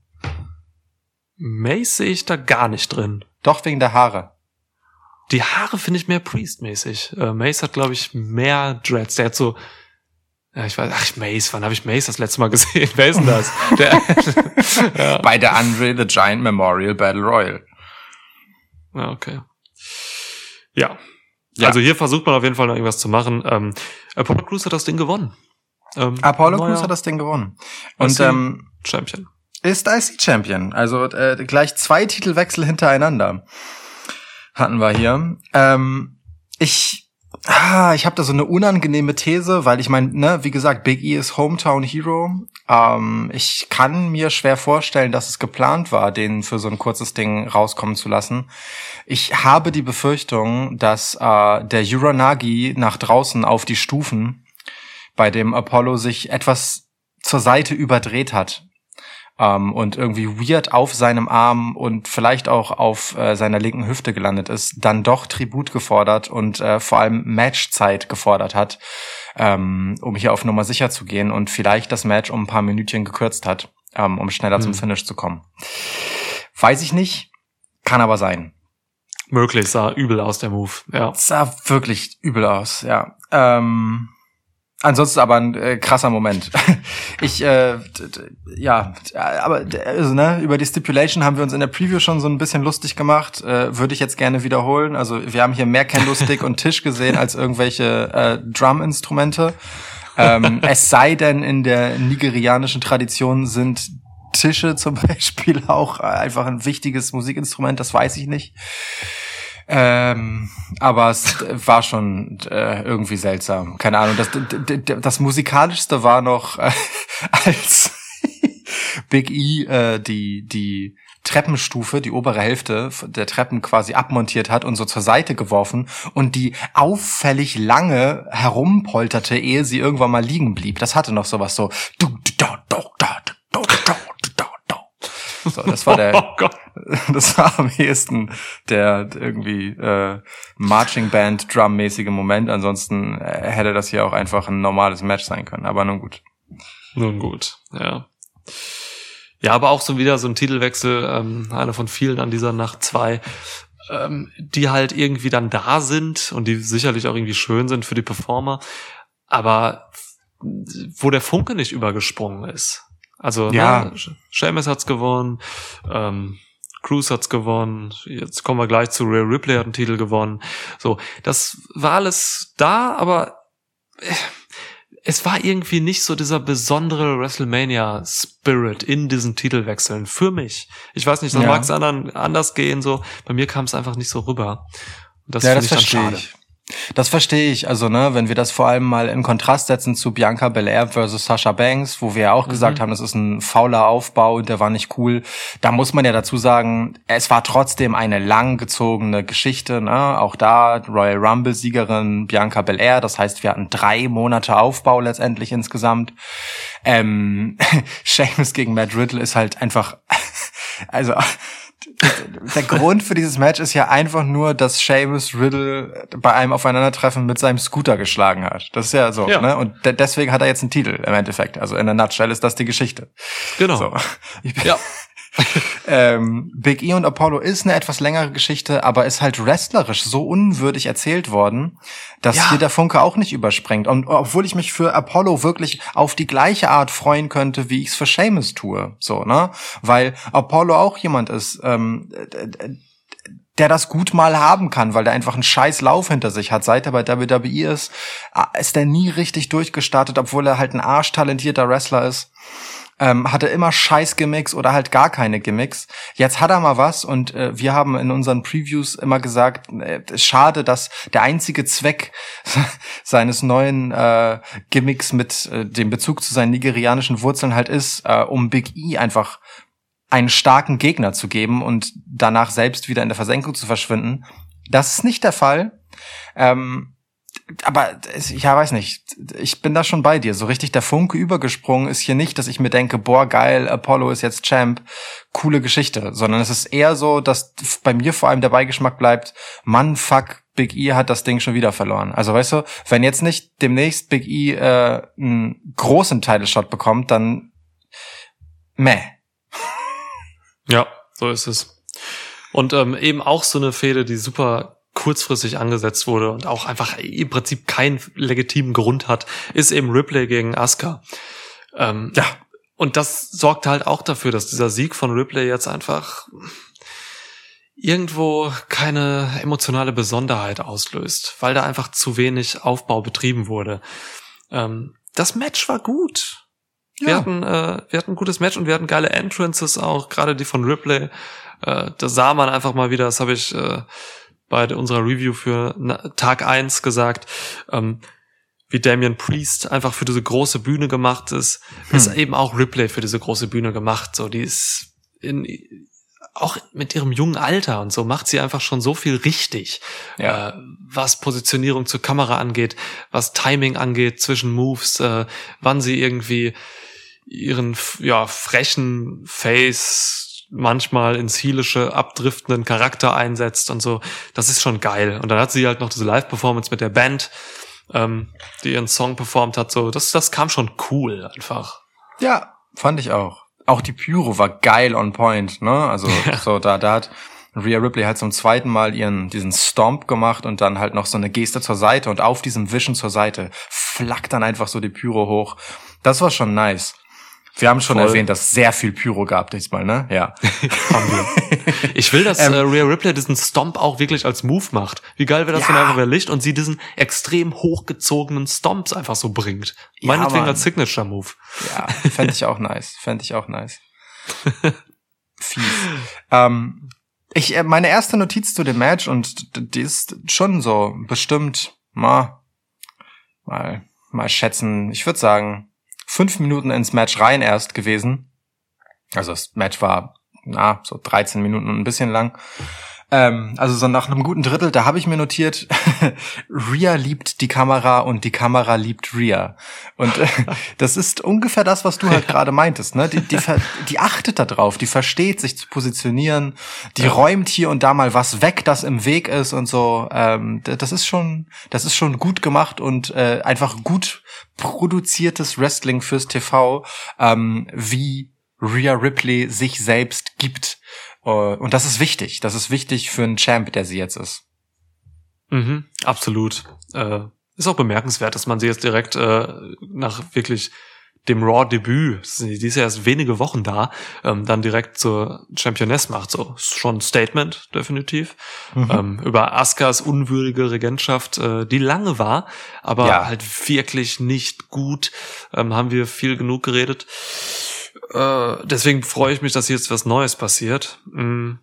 Mace sehe ich da gar nicht drin. Doch wegen der Haare. Die Haare finde ich mehr Priest-mäßig. Äh, Mace hat, glaube ich, mehr Dreads. Der hat so, ja, ich weiß, ach, Mace, wann habe ich Mace das letzte Mal gesehen? Wer ist denn das? Der, ja. Bei der Andre the Giant Memorial Battle Royal. Ja, okay. Ja. Ja. Also hier versucht man auf jeden Fall noch irgendwas zu machen. Ähm, Apollo Crews hat das Ding gewonnen. Ähm, Apollo neuer Crews hat das Ding gewonnen. I Und C ähm, Champion. ist I C Champion. Also äh, gleich zwei Titelwechsel hintereinander hatten wir hier. Ähm, ich ah, ich habe da so eine unangenehme These, weil ich meine, ne, wie gesagt, Big E ist Hometown Hero. Ähm, ich kann mir schwer vorstellen, dass es geplant war, den für so ein kurzes Ding rauskommen zu lassen. Ich habe die Befürchtung, dass äh, der Uranagi nach draußen auf die Stufen, bei dem Apollo sich etwas zur Seite überdreht hat. Um, und irgendwie weird auf seinem Arm und vielleicht auch auf äh, seiner linken Hüfte gelandet ist, dann doch Tribut gefordert und äh, vor allem Matchzeit gefordert hat, ähm, um hier auf Nummer sicher zu gehen und vielleicht das Match um ein paar Minütchen gekürzt hat, ähm, um schneller Hm. zum Finish zu kommen. Weiß ich nicht, kann aber sein. Möglich, sah übel aus, der Move. Ja. Sah wirklich übel aus, ja. Ähm, ansonsten aber ein äh, krasser Moment. Ich, äh, d- d- ja, aber d- also, ne, über die Stipulation haben wir uns in der Preview schon so ein bisschen lustig gemacht. Äh, würde ich jetzt gerne wiederholen. Also wir haben hier mehr Candlestick und Tisch gesehen als irgendwelche äh, Drum-Instrumente. Ähm, es sei denn, in der nigerianischen Tradition sind Tische zum Beispiel auch einfach ein wichtiges Musikinstrument, das weiß ich nicht. Ähm, aber es war schon äh, irgendwie seltsam. Keine Ahnung. Das, d- d- das Musikalischste war noch, äh, als Big E äh, die die Treppenstufe, die obere Hälfte der Treppen quasi abmontiert hat und so zur Seite geworfen und die auffällig lange herumpolterte, ehe sie irgendwann mal liegen blieb. Das hatte noch sowas so. So, das war der, oh Gott. Das war am ehesten der irgendwie äh, Marching Band Drum-mäßige Moment. Ansonsten äh, hätte das hier auch einfach ein normales Match sein können. Aber nun gut. Nun gut, ja. Ja, aber auch so wieder so ein Titelwechsel, ähm, einer von vielen an dieser Nacht, zwei, ähm, die halt irgendwie dann da sind und die sicherlich auch irgendwie schön sind für die Performer, aber wo der Funke nicht übergesprungen ist. Also, ja. ne, Sheamus hat's gewonnen, ähm, Cruz hat's gewonnen, jetzt kommen wir gleich zu Rhea Ripley hat einen Titel gewonnen. So, das war alles da, aber äh, es war irgendwie nicht so dieser besondere WrestleMania-Spirit in diesen Titelwechseln für mich. Ich weiß nicht, das ja. mag es anderen anders gehen, so. Bei mir kam es einfach nicht so rüber. Und das ja, finde das ich dann schade. Ich. Das verstehe ich. Also, ne, wenn wir das vor allem mal in Kontrast setzen zu Bianca Belair versus Sasha Banks, wo wir ja auch mhm. gesagt haben, das ist ein fauler Aufbau und der war nicht cool. Da muss man ja dazu sagen, es war trotzdem eine langgezogene Geschichte, ne? Auch da Royal Rumble-Siegerin Bianca Belair. Das heißt, wir hatten drei Monate Aufbau letztendlich insgesamt. Ähm, Sheamus gegen Matt Riddle ist halt einfach, also, der Grund für dieses Match ist ja einfach nur, dass Sheamus Riddle bei einem Aufeinandertreffen mit seinem Scooter geschlagen hat. Das ist ja so, ja. ne? Und de- deswegen hat er jetzt einen Titel im Endeffekt. Also in der Nutshell ist das die Geschichte. Genau. So. Ich bin, ja. ähm, Big E und Apollo ist eine etwas längere Geschichte, aber ist halt wrestlerisch so unwürdig erzählt worden, dass ja. hier der Funke auch nicht überspringt. Und obwohl ich mich für Apollo wirklich auf die gleiche Art freuen könnte, wie ich es für Sheamus tue, so, ne? Weil Apollo auch jemand ist, ähm, der das gut mal haben kann, weil der einfach einen scheiß Lauf hinter sich hat. Seit er bei W W E ist, ist er nie richtig durchgestartet, obwohl er halt ein arschtalentierter Wrestler ist. Ähm, hatte immer scheiß Gimmicks oder halt gar keine Gimmicks. Jetzt hat er mal was und äh, wir haben in unseren Previews immer gesagt, äh, schade, dass der einzige Zweck seines neuen äh, Gimmicks mit äh, dem Bezug zu seinen nigerianischen Wurzeln halt ist, äh, um Big E einfach einen starken Gegner zu geben und danach selbst wieder in der Versenkung zu verschwinden. Das ist nicht der Fall. Ähm, aber ja, weiß nicht, ich bin da schon bei dir. So richtig der Funke übergesprungen ist hier nicht, dass ich mir denke, boah, geil, Apollo ist jetzt Champ, coole Geschichte. Sondern es ist eher so, dass bei mir vor allem der Beigeschmack bleibt, Mann, fuck, Big E hat das Ding schon wieder verloren. Also weißt du, wenn jetzt nicht demnächst Big E äh, einen großen Title-Shot bekommt, dann meh. Ja, so ist es. Und ähm, eben auch so eine Fehde, die super kurzfristig angesetzt wurde und auch einfach im Prinzip keinen legitimen Grund hat, ist eben Ripley gegen Asuka. Ähm, ja. Und das sorgt halt auch dafür, dass dieser Sieg von Ripley jetzt einfach irgendwo keine emotionale Besonderheit auslöst, weil da einfach zu wenig Aufbau betrieben wurde. Ähm, das Match war gut. Ja. Wir hatten, äh, wir hatten ein gutes Match und wir hatten geile Entrances auch, gerade die von Ripley. Äh, da sah man einfach mal wieder, das habe ich äh, bei unserer Review für Tag eins gesagt, ähm, wie Damian Priest einfach für diese große Bühne gemacht ist, hm. ist eben auch Ripley für diese große Bühne gemacht. So, die ist in, auch mit ihrem jungen Alter und so macht sie einfach schon so viel richtig, ja. äh, was Positionierung zur Kamera angeht, was Timing angeht zwischen Moves, äh, wann sie irgendwie ihren ja frechen Face manchmal ins Heelische abdriftenden Charakter einsetzt und so. Das ist schon geil. Und dann hat sie halt noch diese Live-Performance mit der Band, ähm, die ihren Song performt hat. So, das, das kam schon cool einfach. Ja, fand ich auch. Auch die Pyro war geil on point, ne? Also ja. so da, da hat Rhea Ripley halt zum zweiten Mal ihren diesen Stomp gemacht und dann halt noch so eine Geste zur Seite und auf diesem Wischen zur Seite flackt dann einfach so die Pyro hoch. Das war schon nice. Wir haben schon Voll. erwähnt, dass es sehr viel Pyro gab diesmal, ne? Ja. Haben wir. Ich will, dass ähm, äh, Rhea Ripley diesen Stomp auch wirklich als Move macht. Wie geil wäre das, ja. wenn einfach wer Licht und sie diesen extrem hochgezogenen Stomps einfach so bringt. Ja, meinetwegen Mann. als Signature-Move. Ja, fände ich auch nice. Fände ich auch nice. Fies. Ähm, ich, äh, meine erste Notiz zu dem Match, und die ist schon so bestimmt, mal, mal, mal schätzen, ich würde sagen, fünf Minuten ins Match rein erst gewesen. Also das Match war, na, so dreizehn Minuten und ein bisschen lang. Ähm, also so nach einem guten Drittel, da habe ich mir notiert, Rhea liebt die Kamera und die Kamera liebt Rhea. Und äh, das ist ungefähr das, was du halt gerade meintest, ne? Die, die, die achtet da drauf, die versteht, sich zu positionieren, die ja. räumt hier und da mal was weg, das im Weg ist und so. Ähm, das ist schon, das ist schon gut gemacht und äh, einfach gut produziertes Wrestling fürs T V, ähm, wie Rhea Ripley sich selbst gibt. Und das ist wichtig. Das ist wichtig für einen Champ, der sie jetzt ist. Mhm, absolut. Äh, ist auch bemerkenswert, dass man sie jetzt direkt äh, nach wirklich dem Raw-Debüt, die ist ja erst wenige Wochen da, ähm, dann direkt zur Championess macht. So, ist schon ein Statement, definitiv. Mhm. Ähm, über Asukas unwürdige Regentschaft, äh, die lange war, aber ja. halt wirklich nicht gut, ähm, haben wir viel genug geredet. Uh, deswegen freue ich mich, dass hier jetzt was Neues passiert. Mm.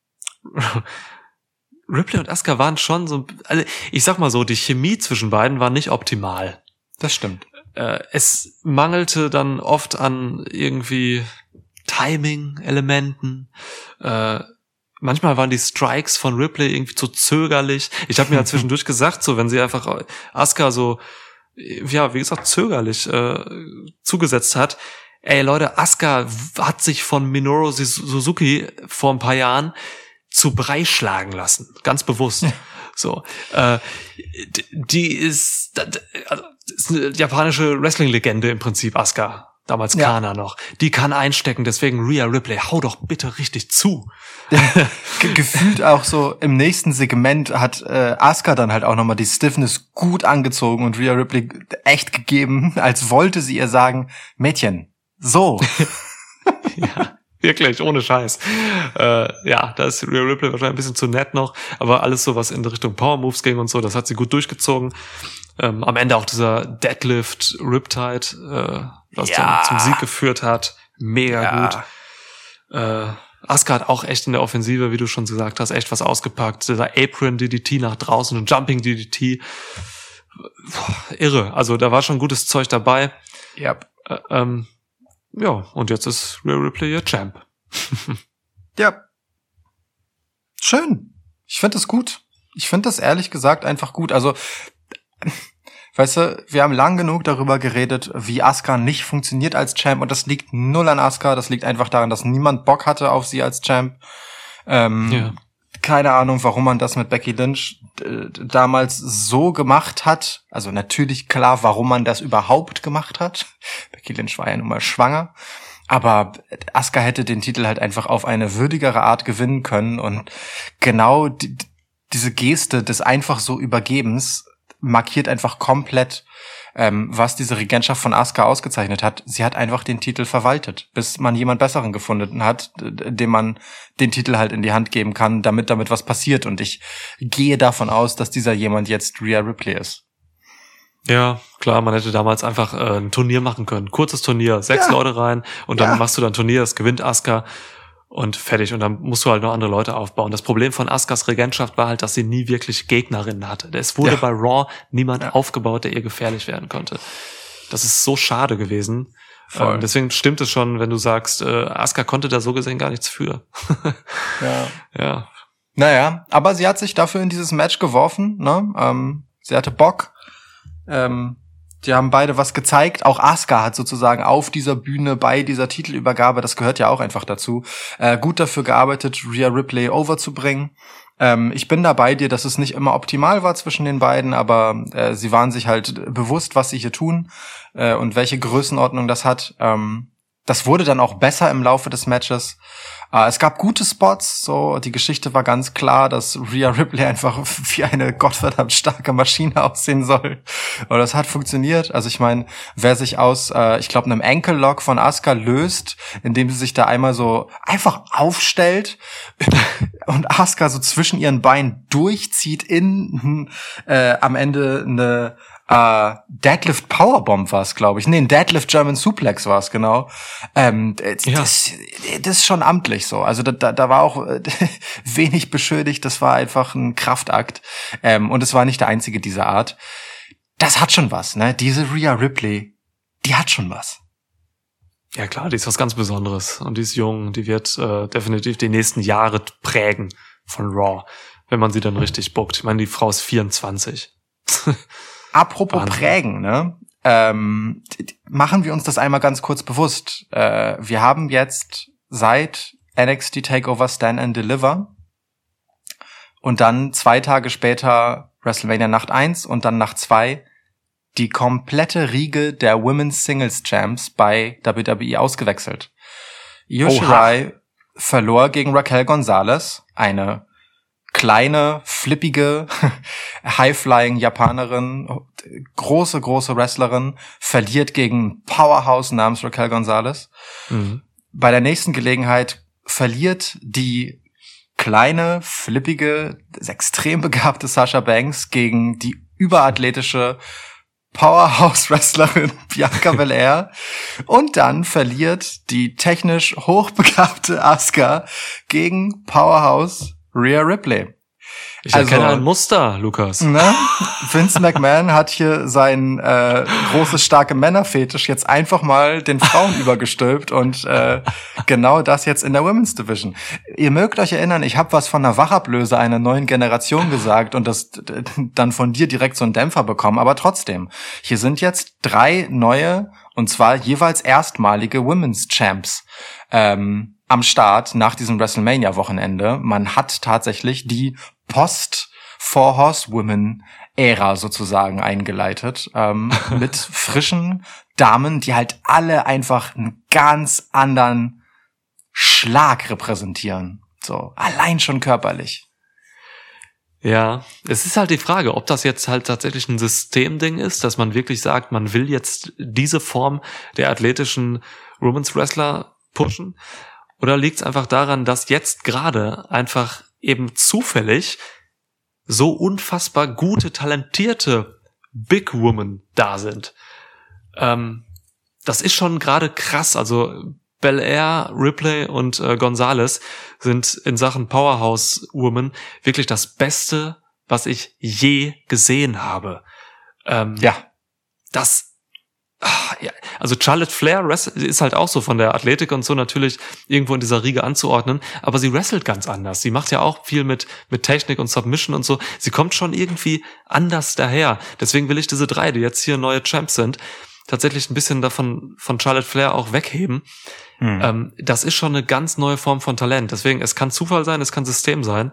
Ripley und Asuka waren schon so, also ich sag mal so, die Chemie zwischen beiden war nicht optimal. Das stimmt. Uh, es mangelte dann oft an irgendwie Timing-Elementen. Uh, manchmal waren die Strikes von Ripley irgendwie zu zögerlich. Ich habe mir ja zwischendurch gesagt, so wenn sie einfach Asuka so, ja, wie gesagt, zögerlich äh, zugesetzt hat. Ey Leute, Asuka hat sich von Minoru Suzuki vor ein paar Jahren zu Brei schlagen lassen, ganz bewusst. Ja. So, äh, die ist, also, ist eine japanische Wrestling-Legende im Prinzip, Asuka, damals ja. Kana noch. Die kann einstecken, deswegen Rhea Ripley, hau doch bitte richtig zu. Ge- gefühlt auch so im nächsten Segment hat äh, Asuka dann halt auch nochmal die Stiffness gut angezogen und Rhea Ripley echt gegeben, als wollte sie ihr sagen, Mädchen, so. Ja, wirklich, ohne Scheiß. Äh, ja, da ist Rhea Ripley wahrscheinlich ein bisschen zu nett noch, aber alles so, was in Richtung Power Moves ging und so, das hat sie gut durchgezogen. Ähm, am Ende auch dieser Deadlift Riptide, äh, was ja. dann zum Sieg geführt hat. Mega ja. gut. Äh, Asuka hat auch echt in der Offensive, wie du schon gesagt hast, echt was ausgepackt. Dieser Apron D D T nach draußen und Jumping D D T. Puh, irre. Also da war schon gutes Zeug dabei. Yep. Äh, ähm, Ja, und jetzt ist Rhea Ripley ihr Champ. Ja. Schön. Ich finde das gut. Ich finde das ehrlich gesagt einfach gut. Also, weißt du, wir haben lang genug darüber geredet, wie Asuka nicht funktioniert als Champ. Und das liegt null an Asuka. Das liegt einfach daran, dass niemand Bock hatte auf sie als Champ. Ähm, ja. Keine Ahnung, warum man das mit Becky Lynch äh, damals so gemacht hat. Also natürlich klar, warum man das überhaupt gemacht hat. Becky Lynch war ja nun mal schwanger. Aber Asuka hätte den Titel halt einfach auf eine würdigere Art gewinnen können. Und genau die, diese Geste des einfach so Übergebens markiert einfach komplett, ähm, was diese Regentschaft von Asuka ausgezeichnet hat. Sie hat einfach den Titel verwaltet, bis man jemand Besseren gefunden hat, dem man den Titel halt in die Hand geben kann, damit damit was passiert. Und ich gehe davon aus, dass dieser jemand jetzt Rhea Ripley ist. Ja, klar, man hätte damals einfach äh, ein Turnier machen können. Kurzes Turnier, sechs ja. Leute rein und dann ja. machst du dann Turnier, das gewinnt Asuka und fertig. Und dann musst du halt noch andere Leute aufbauen. Das Problem von Asukas Regentschaft war halt, dass sie nie wirklich Gegnerinnen hatte. Es wurde ja. bei Raw niemand ja. aufgebaut, der ihr gefährlich werden konnte. Das ist so schade gewesen. Ähm, deswegen stimmt es schon, wenn du sagst, äh, Asuka konnte da so gesehen gar nichts für. ja. ja. Naja, aber sie hat sich dafür in dieses Match geworfen, ne? Ähm, sie hatte Bock. Ähm, die haben beide was gezeigt. Auch Asuka hat sozusagen auf dieser Bühne bei dieser Titelübergabe, das gehört ja auch einfach dazu, äh, gut dafür gearbeitet, Rhea Ripley overzubringen. Ähm, ich bin da bei dir, dass es nicht immer optimal war zwischen den beiden, aber äh, sie waren sich halt bewusst, was sie hier tun äh, und welche Größenordnung das hat. Ähm, das wurde dann auch besser im Laufe des Matches. Uh, es gab gute Spots, so die Geschichte war ganz klar, dass Rhea Ripley einfach wie eine gottverdammt starke Maschine aussehen soll. Und das hat funktioniert. Also ich meine, wer sich aus, uh, ich glaube, einem Ankle Lock von Asuka löst, indem sie sich da einmal so einfach aufstellt und Asuka so zwischen ihren Beinen durchzieht in äh, am Ende eine Uh, Deadlift Powerbomb war es, glaube ich. Nee, ein Deadlift German Suplex war es, genau. Ähm, das, ja. das, das ist schon amtlich so. Also da, da, da war auch äh, wenig beschuldigt. Das war einfach ein Kraftakt. Ähm, und es war nicht der einzige dieser Art. Das hat schon was, ne? Diese Rhea Ripley, die hat schon was. Ja klar, die ist was ganz Besonderes und die ist jung, die wird äh, definitiv die nächsten Jahre prägen von Raw, wenn man sie dann richtig bookt. Ich meine, die Frau ist vierundzwanzig. Apropos Wahnsinn. prägen, ne? Ähm, machen wir uns das einmal ganz kurz bewusst. Äh, wir haben jetzt seit N X T Takeover Stand and Deliver und dann zwei Tage später WrestleMania Nacht eins und dann Nacht zwei die komplette Riege der Women's Singles Champs bei W W E ausgewechselt. Io Shirai verlor gegen Raquel Gonzalez, eine kleine, flippige, high-flying Japanerin, große, große Wrestlerin, verliert gegen Powerhouse namens Raquel Gonzalez. Mhm. Bei der nächsten Gelegenheit verliert die kleine, flippige, extrem begabte Sasha Banks gegen die überathletische Powerhouse-Wrestlerin Bianca Belair. Und dann verliert die technisch hochbegabte Asuka gegen Powerhouse Rhea Ripley. Ich erkenne ein Muster, Lukas. Ne? Vince McMahon hat hier sein äh, großes, starke Männerfetisch jetzt einfach mal den Frauen übergestülpt und äh, genau das jetzt in der Women's Division. Ihr mögt euch erinnern, ich habe was von einer Wachablöse einer neuen Generation gesagt und das d- dann von dir direkt so einen Dämpfer bekommen, aber trotzdem. Hier sind jetzt drei neue und zwar jeweils erstmalige Women's Champs ähm, am Start nach diesem WrestleMania-Wochenende. Man hat tatsächlich die Post-Four-Horsewomen-Ära sozusagen eingeleitet, ähm, mit frischen Damen, die halt alle einfach einen ganz anderen Schlag repräsentieren. So, allein schon körperlich. Ja, es ist halt die Frage, ob das jetzt halt tatsächlich ein Systemding ist, dass man wirklich sagt, man will jetzt diese Form der athletischen Women's Wrestler pushen, oder liegt es einfach daran, dass jetzt gerade einfach eben zufällig so unfassbar gute, talentierte Big Women da sind. Ähm, das ist schon gerade krass. Also Belair, Ripley und äh, Gonzalez sind in Sachen Powerhouse Woman wirklich das Beste, was ich je gesehen habe. Ähm, Ja. Das Ah, ja, also Charlotte Flair ist halt auch so von der Athletik und so natürlich irgendwo in dieser Riege anzuordnen, aber sie wrestelt ganz anders. Sie macht ja auch viel mit mit Technik und Submission und so. Sie kommt schon irgendwie anders daher. Deswegen will ich diese drei, die jetzt hier neue Champs sind, tatsächlich ein bisschen davon von Charlotte Flair auch wegheben. Hm. Ähm, das ist schon eine ganz neue Form von Talent. Deswegen, es kann Zufall sein, es kann System sein.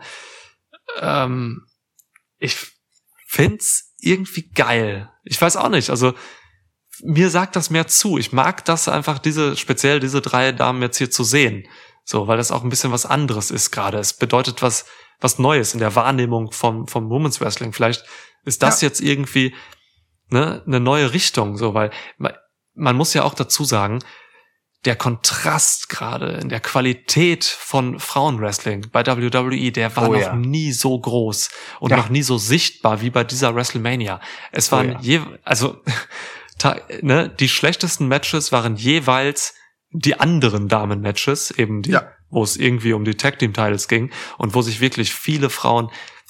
Ähm, ich find's irgendwie geil. Ich weiß auch nicht, also mir sagt das mehr zu. Ich mag das einfach, diese, speziell diese drei Damen jetzt hier zu sehen. So, weil das auch ein bisschen was anderes ist gerade. Es bedeutet was, was Neues in der Wahrnehmung vom, vom Women's Wrestling. Vielleicht ist das ja jetzt irgendwie, ne, eine neue Richtung, so, weil man, man muss ja auch dazu sagen, der Kontrast gerade in der Qualität von Frauenwrestling bei W W E, der war Oh noch ja. nie so groß und Ja. noch nie so sichtbar wie bei dieser WrestleMania. Es waren Oh ja. je, also, Ta- ne, die schlechtesten Matches waren jeweils die anderen Damen-Matches, eben die, Ja. wo es irgendwie um die Tag-Team-Titles ging und wo sich wirklich viele Frauen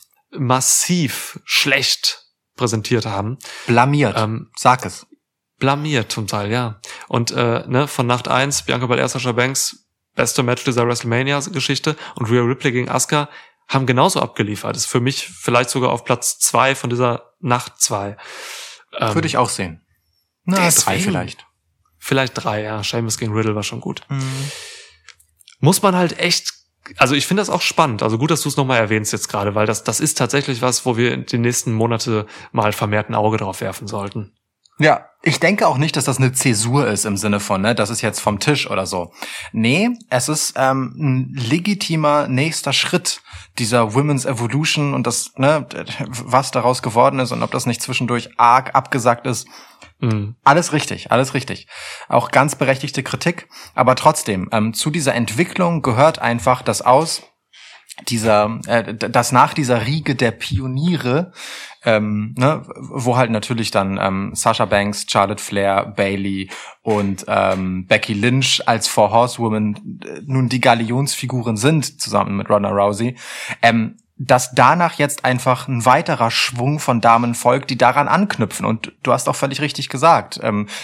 massiv schlecht präsentiert haben. Blamiert. Ähm, Sag es. blamiert zum Teil, ja. Und äh, ne, von Nacht eins, Bianca Belair, Sasha Banks, beste Match dieser WrestleMania-Geschichte und Rhea Ripley gegen Asuka haben genauso abgeliefert. Das ist für mich vielleicht sogar auf Platz zwei von dieser Nacht zwei. Ähm, Würde ich auch sehen. Na, deswegen. drei vielleicht. Vielleicht drei, ja. Sheamus gegen Riddle war schon gut. Mhm. Muss man halt echt, also ich finde das auch spannend. Also gut, dass du es nochmal erwähnst jetzt gerade, weil das, das ist tatsächlich was, wo wir die nächsten Monate mal vermehrt ein Auge drauf werfen sollten. Ja, ich denke auch nicht, dass das eine Zäsur ist im Sinne von, ne, das ist jetzt vom Tisch oder so. Nee, es ist ähm, ein legitimer nächster Schritt dieser Women's Evolution und das, ne, was daraus geworden ist und ob das nicht zwischendurch arg abgesackt ist. Mhm. Alles richtig, alles richtig. Auch ganz berechtigte Kritik, aber trotzdem, ähm, zu dieser Entwicklung gehört einfach das aus, dieser, äh, das nach dieser Riege der Pioniere, ähm, ne, wo halt natürlich dann ähm, Sasha Banks, Charlotte Flair, Bayley und ähm, Becky Lynch als Four Horsewomen äh, nun die Galionsfiguren sind, zusammen mit Ronda Rousey, ähm, dass danach jetzt einfach ein weiterer Schwung von Damen folgt, die daran anknüpfen. Und du hast auch völlig richtig gesagt, ähm,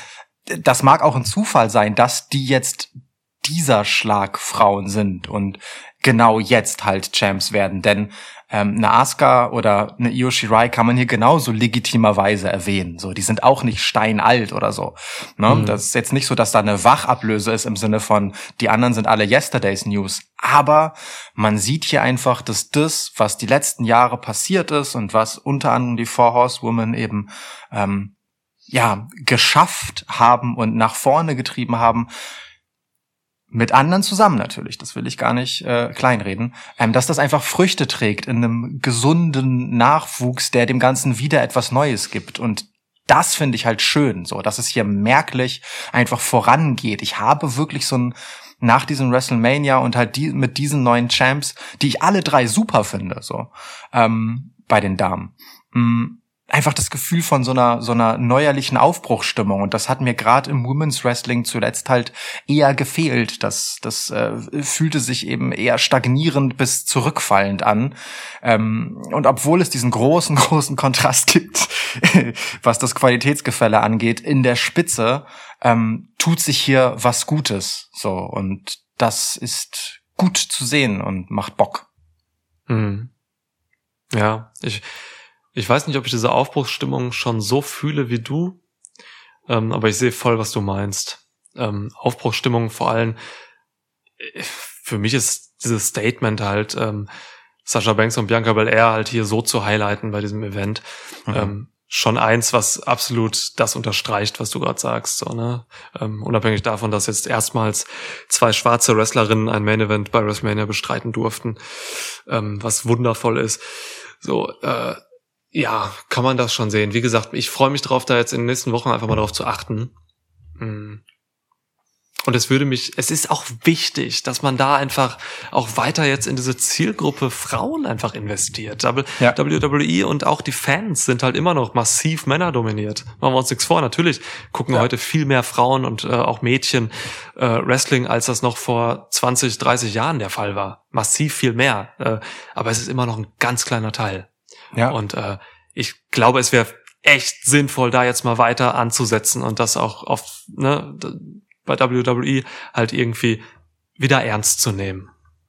das mag auch ein Zufall sein, dass die jetzt dieser Schlag Frauen sind und genau jetzt halt Champs werden, denn ähm, eine Asuka oder eine Io Shirai kann man hier genauso legitimerweise erwähnen. So, die sind auch nicht steinalt oder so. Ne? Mhm. Das ist jetzt nicht so, dass da eine Wachablöse ist im Sinne von, die anderen sind alle Yesterday's News. Aber man sieht hier einfach, dass das, was die letzten Jahre passiert ist und was unter anderem die Four Horsewomen eben ähm, ja geschafft haben und nach vorne getrieben haben, mit anderen zusammen natürlich, das will ich gar nicht äh, kleinreden, ähm, dass das einfach Früchte trägt in einem gesunden Nachwuchs, der dem Ganzen wieder etwas Neues gibt. Und das finde ich halt schön, so, dass es hier merklich einfach vorangeht. Ich habe wirklich so ein, nach diesem WrestleMania und halt die mit diesen neuen Champs, die ich alle drei super finde, so, ähm, bei den Damen, mh, einfach das Gefühl von so einer so einer neuerlichen Aufbruchsstimmung, und das hat mir gerade im Women's Wrestling zuletzt halt eher gefehlt. Das das äh, fühlte sich eben eher stagnierend bis zurückfallend an, ähm, und obwohl es diesen großen großen Kontrast gibt, was das Qualitätsgefälle angeht, in der Spitze ähm, tut sich hier was Gutes, so, und das ist gut zu sehen und macht Bock. Mhm. Ja, ich Ich weiß nicht, ob ich diese Aufbruchsstimmung schon so fühle wie du, ähm, aber ich sehe voll, was du meinst. Ähm, Aufbruchsstimmung vor allem, für mich ist dieses Statement halt, ähm, Sasha Banks und Bianca Belair halt hier so zu highlighten bei diesem Event, mhm. ähm, schon eins, was absolut das unterstreicht, was du gerade sagst. So, ne? Ähm, unabhängig davon, dass jetzt erstmals zwei schwarze Wrestlerinnen ein Main-Event bei WrestleMania bestreiten durften, ähm, was wundervoll ist. So, äh, ja, kann man das schon sehen. Wie gesagt, ich freue mich drauf, da jetzt in den nächsten Wochen einfach mal drauf zu achten. Und es würde mich, es ist auch wichtig, dass man da einfach auch weiter jetzt in diese Zielgruppe Frauen einfach investiert. Ja. W W E und auch die Fans sind halt immer noch massiv männerdominiert. Machen wir uns nichts vor. Natürlich gucken ja. heute viel mehr Frauen und äh, auch Mädchen äh, Wrestling, als das noch vor zwanzig, dreißig Jahren der Fall war. Massiv viel mehr. Äh, aber es ist immer noch ein ganz kleiner Teil. Ja. Und äh, ich glaube, es wäre echt sinnvoll, da jetzt mal weiter anzusetzen und das auch auf, ne, bei W W E halt irgendwie wieder ernst zu nehmen.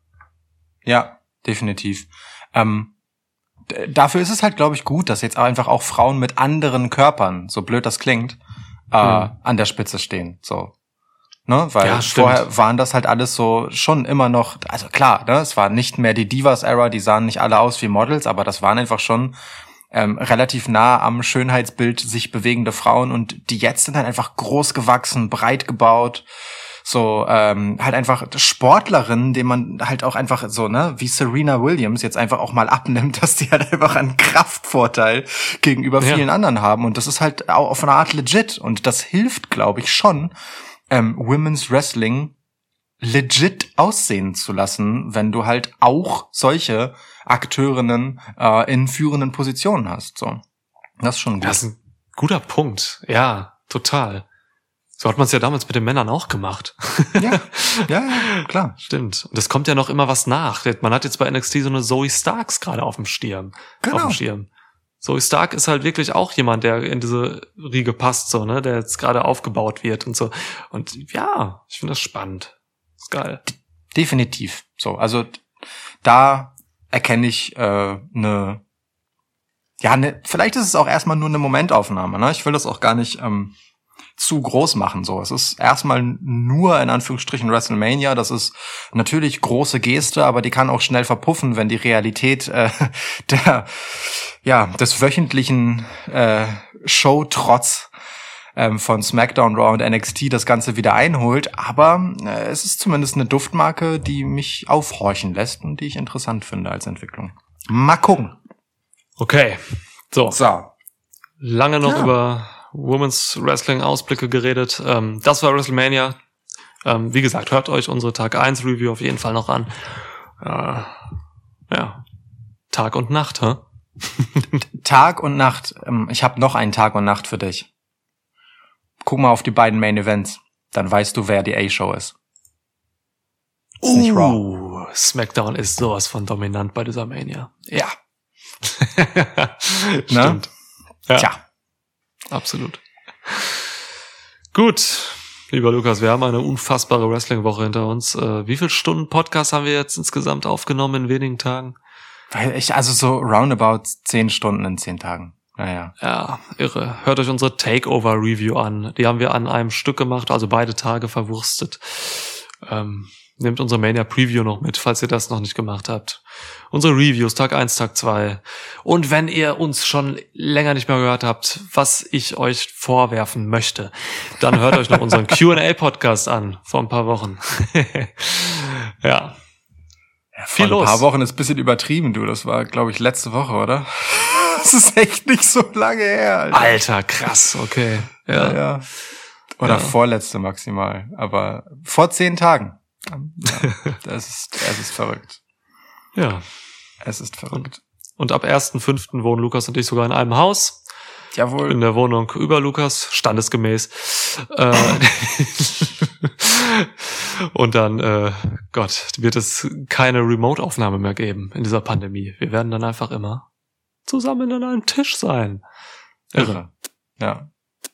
Ja, definitiv. Ähm, d- dafür ist es halt, glaube ich, gut, dass jetzt einfach auch Frauen mit anderen Körpern, so blöd das klingt, äh, hm. an der Spitze stehen. So. Ne, weil ja, vorher waren das halt alles so schon immer noch, also klar, ne, es war nicht mehr die Divas-Era, die sahen nicht alle aus wie Models, aber das waren einfach schon ähm, relativ nah am Schönheitsbild sich bewegende Frauen, und die jetzt sind halt einfach groß gewachsen, breit gebaut, so ähm, halt einfach Sportlerinnen, denen man halt auch einfach so, ne, wie Serena Williams jetzt einfach auch mal abnimmt, dass die halt einfach einen Kraftvorteil gegenüber ja. vielen anderen haben, und das ist halt auch auf eine Art legit, und das hilft, glaube ich, schon, Ähm, Women's Wrestling legit aussehen zu lassen, wenn du halt auch solche Akteurinnen äh, in führenden Positionen hast. So, das ist schon gut. Das ist ein guter Punkt. Ja, total. So hat man es ja damals mit den Männern auch gemacht. Ja, ja, ja, klar. Stimmt. Und es kommt ja noch immer was nach. Man hat jetzt bei N X T so eine Zoe Starks gerade auf dem Schirm. Genau. Auf dem Schirm. Zoe Stark ist halt wirklich auch jemand, der in diese Riege passt, so, ne, der jetzt gerade aufgebaut wird und so. Und ja, ich finde das spannend. Ist geil. Definitiv. So, also da erkenne ich äh, eine, ja, ne, vielleicht ist es auch erstmal nur eine Momentaufnahme, ne? Ich will das auch gar nicht ähm, zu groß machen, so. Es ist erstmal nur in Anführungsstrichen WrestleMania, das ist natürlich große Geste, aber die kann auch schnell verpuffen, wenn die Realität äh, der ja, des wöchentlichen äh, Show-Trotz ähm, von SmackDown, Raw und N X T das Ganze wieder einholt. Aber äh, es ist zumindest eine Duftmarke, die mich aufhorchen lässt und die ich interessant finde als Entwicklung. Mal gucken. Okay, so. So. Lange noch ja. über Women's Wrestling Ausblicke geredet. Ähm, das war WrestleMania. Ähm, wie gesagt, hört euch unsere Tag eins Review auf jeden Fall noch an. Äh, ja, Tag und Nacht, hä? Tag und Nacht. Ich habe noch einen Tag und Nacht für dich. Guck mal auf die beiden Main Events. Dann weißt du, wer die A-Show ist. Ist uh, nicht Raw. SmackDown ist sowas von dominant bei dieser Mania. Ja. Stimmt. Ja. Tja. Absolut. Gut, lieber Lukas, wir haben eine unfassbare Wrestling-Woche hinter uns. Äh, wie viele Stunden Podcast haben wir jetzt insgesamt aufgenommen in wenigen Tagen? Weil ich, also so roundabout zehn Stunden in zehn Tagen. Naja. Ja, irre. Hört euch unsere Takeover-Review an. Die haben wir an einem Stück gemacht, also beide Tage verwurstet. Ähm, nehmt unsere Mania-Preview noch mit, falls ihr das noch nicht gemacht habt. Unsere Reviews, Tag eins, Tag zwei. Und wenn ihr uns schon länger nicht mehr gehört habt, was ich euch vorwerfen möchte, dann hört euch noch unseren Q and A-Podcast an, vor ein paar Wochen. Ja. Ja, viel los. Ein paar Wochen ist ein bisschen übertrieben, du. Das war, glaube ich, letzte Woche, oder? Das ist echt nicht so lange her, Alter. Alter, krass, okay. Ja, ja. ja. Oder ja. vorletzte maximal. Aber vor zehn Tagen. Ja, das ist, es ist verrückt. Ja. Es ist verrückt. Und, und ab ersten fünften wohnen Lukas und ich sogar in einem Haus. Jawohl. In der Wohnung über Lukas, standesgemäß. Äh, und dann, äh, Gott, wird es keine Remote-Aufnahme mehr geben in dieser Pandemie. Wir werden dann einfach immer zusammen an einem Tisch sein. Irre. Ja.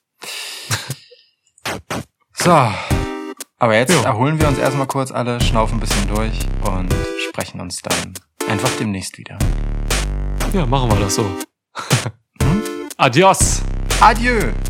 So. Aber jetzt jo. erholen wir uns erstmal kurz alle, schnaufen ein bisschen durch und sprechen uns dann einfach demnächst wieder. Ja, machen wir das so. hm? Adios. Adieu.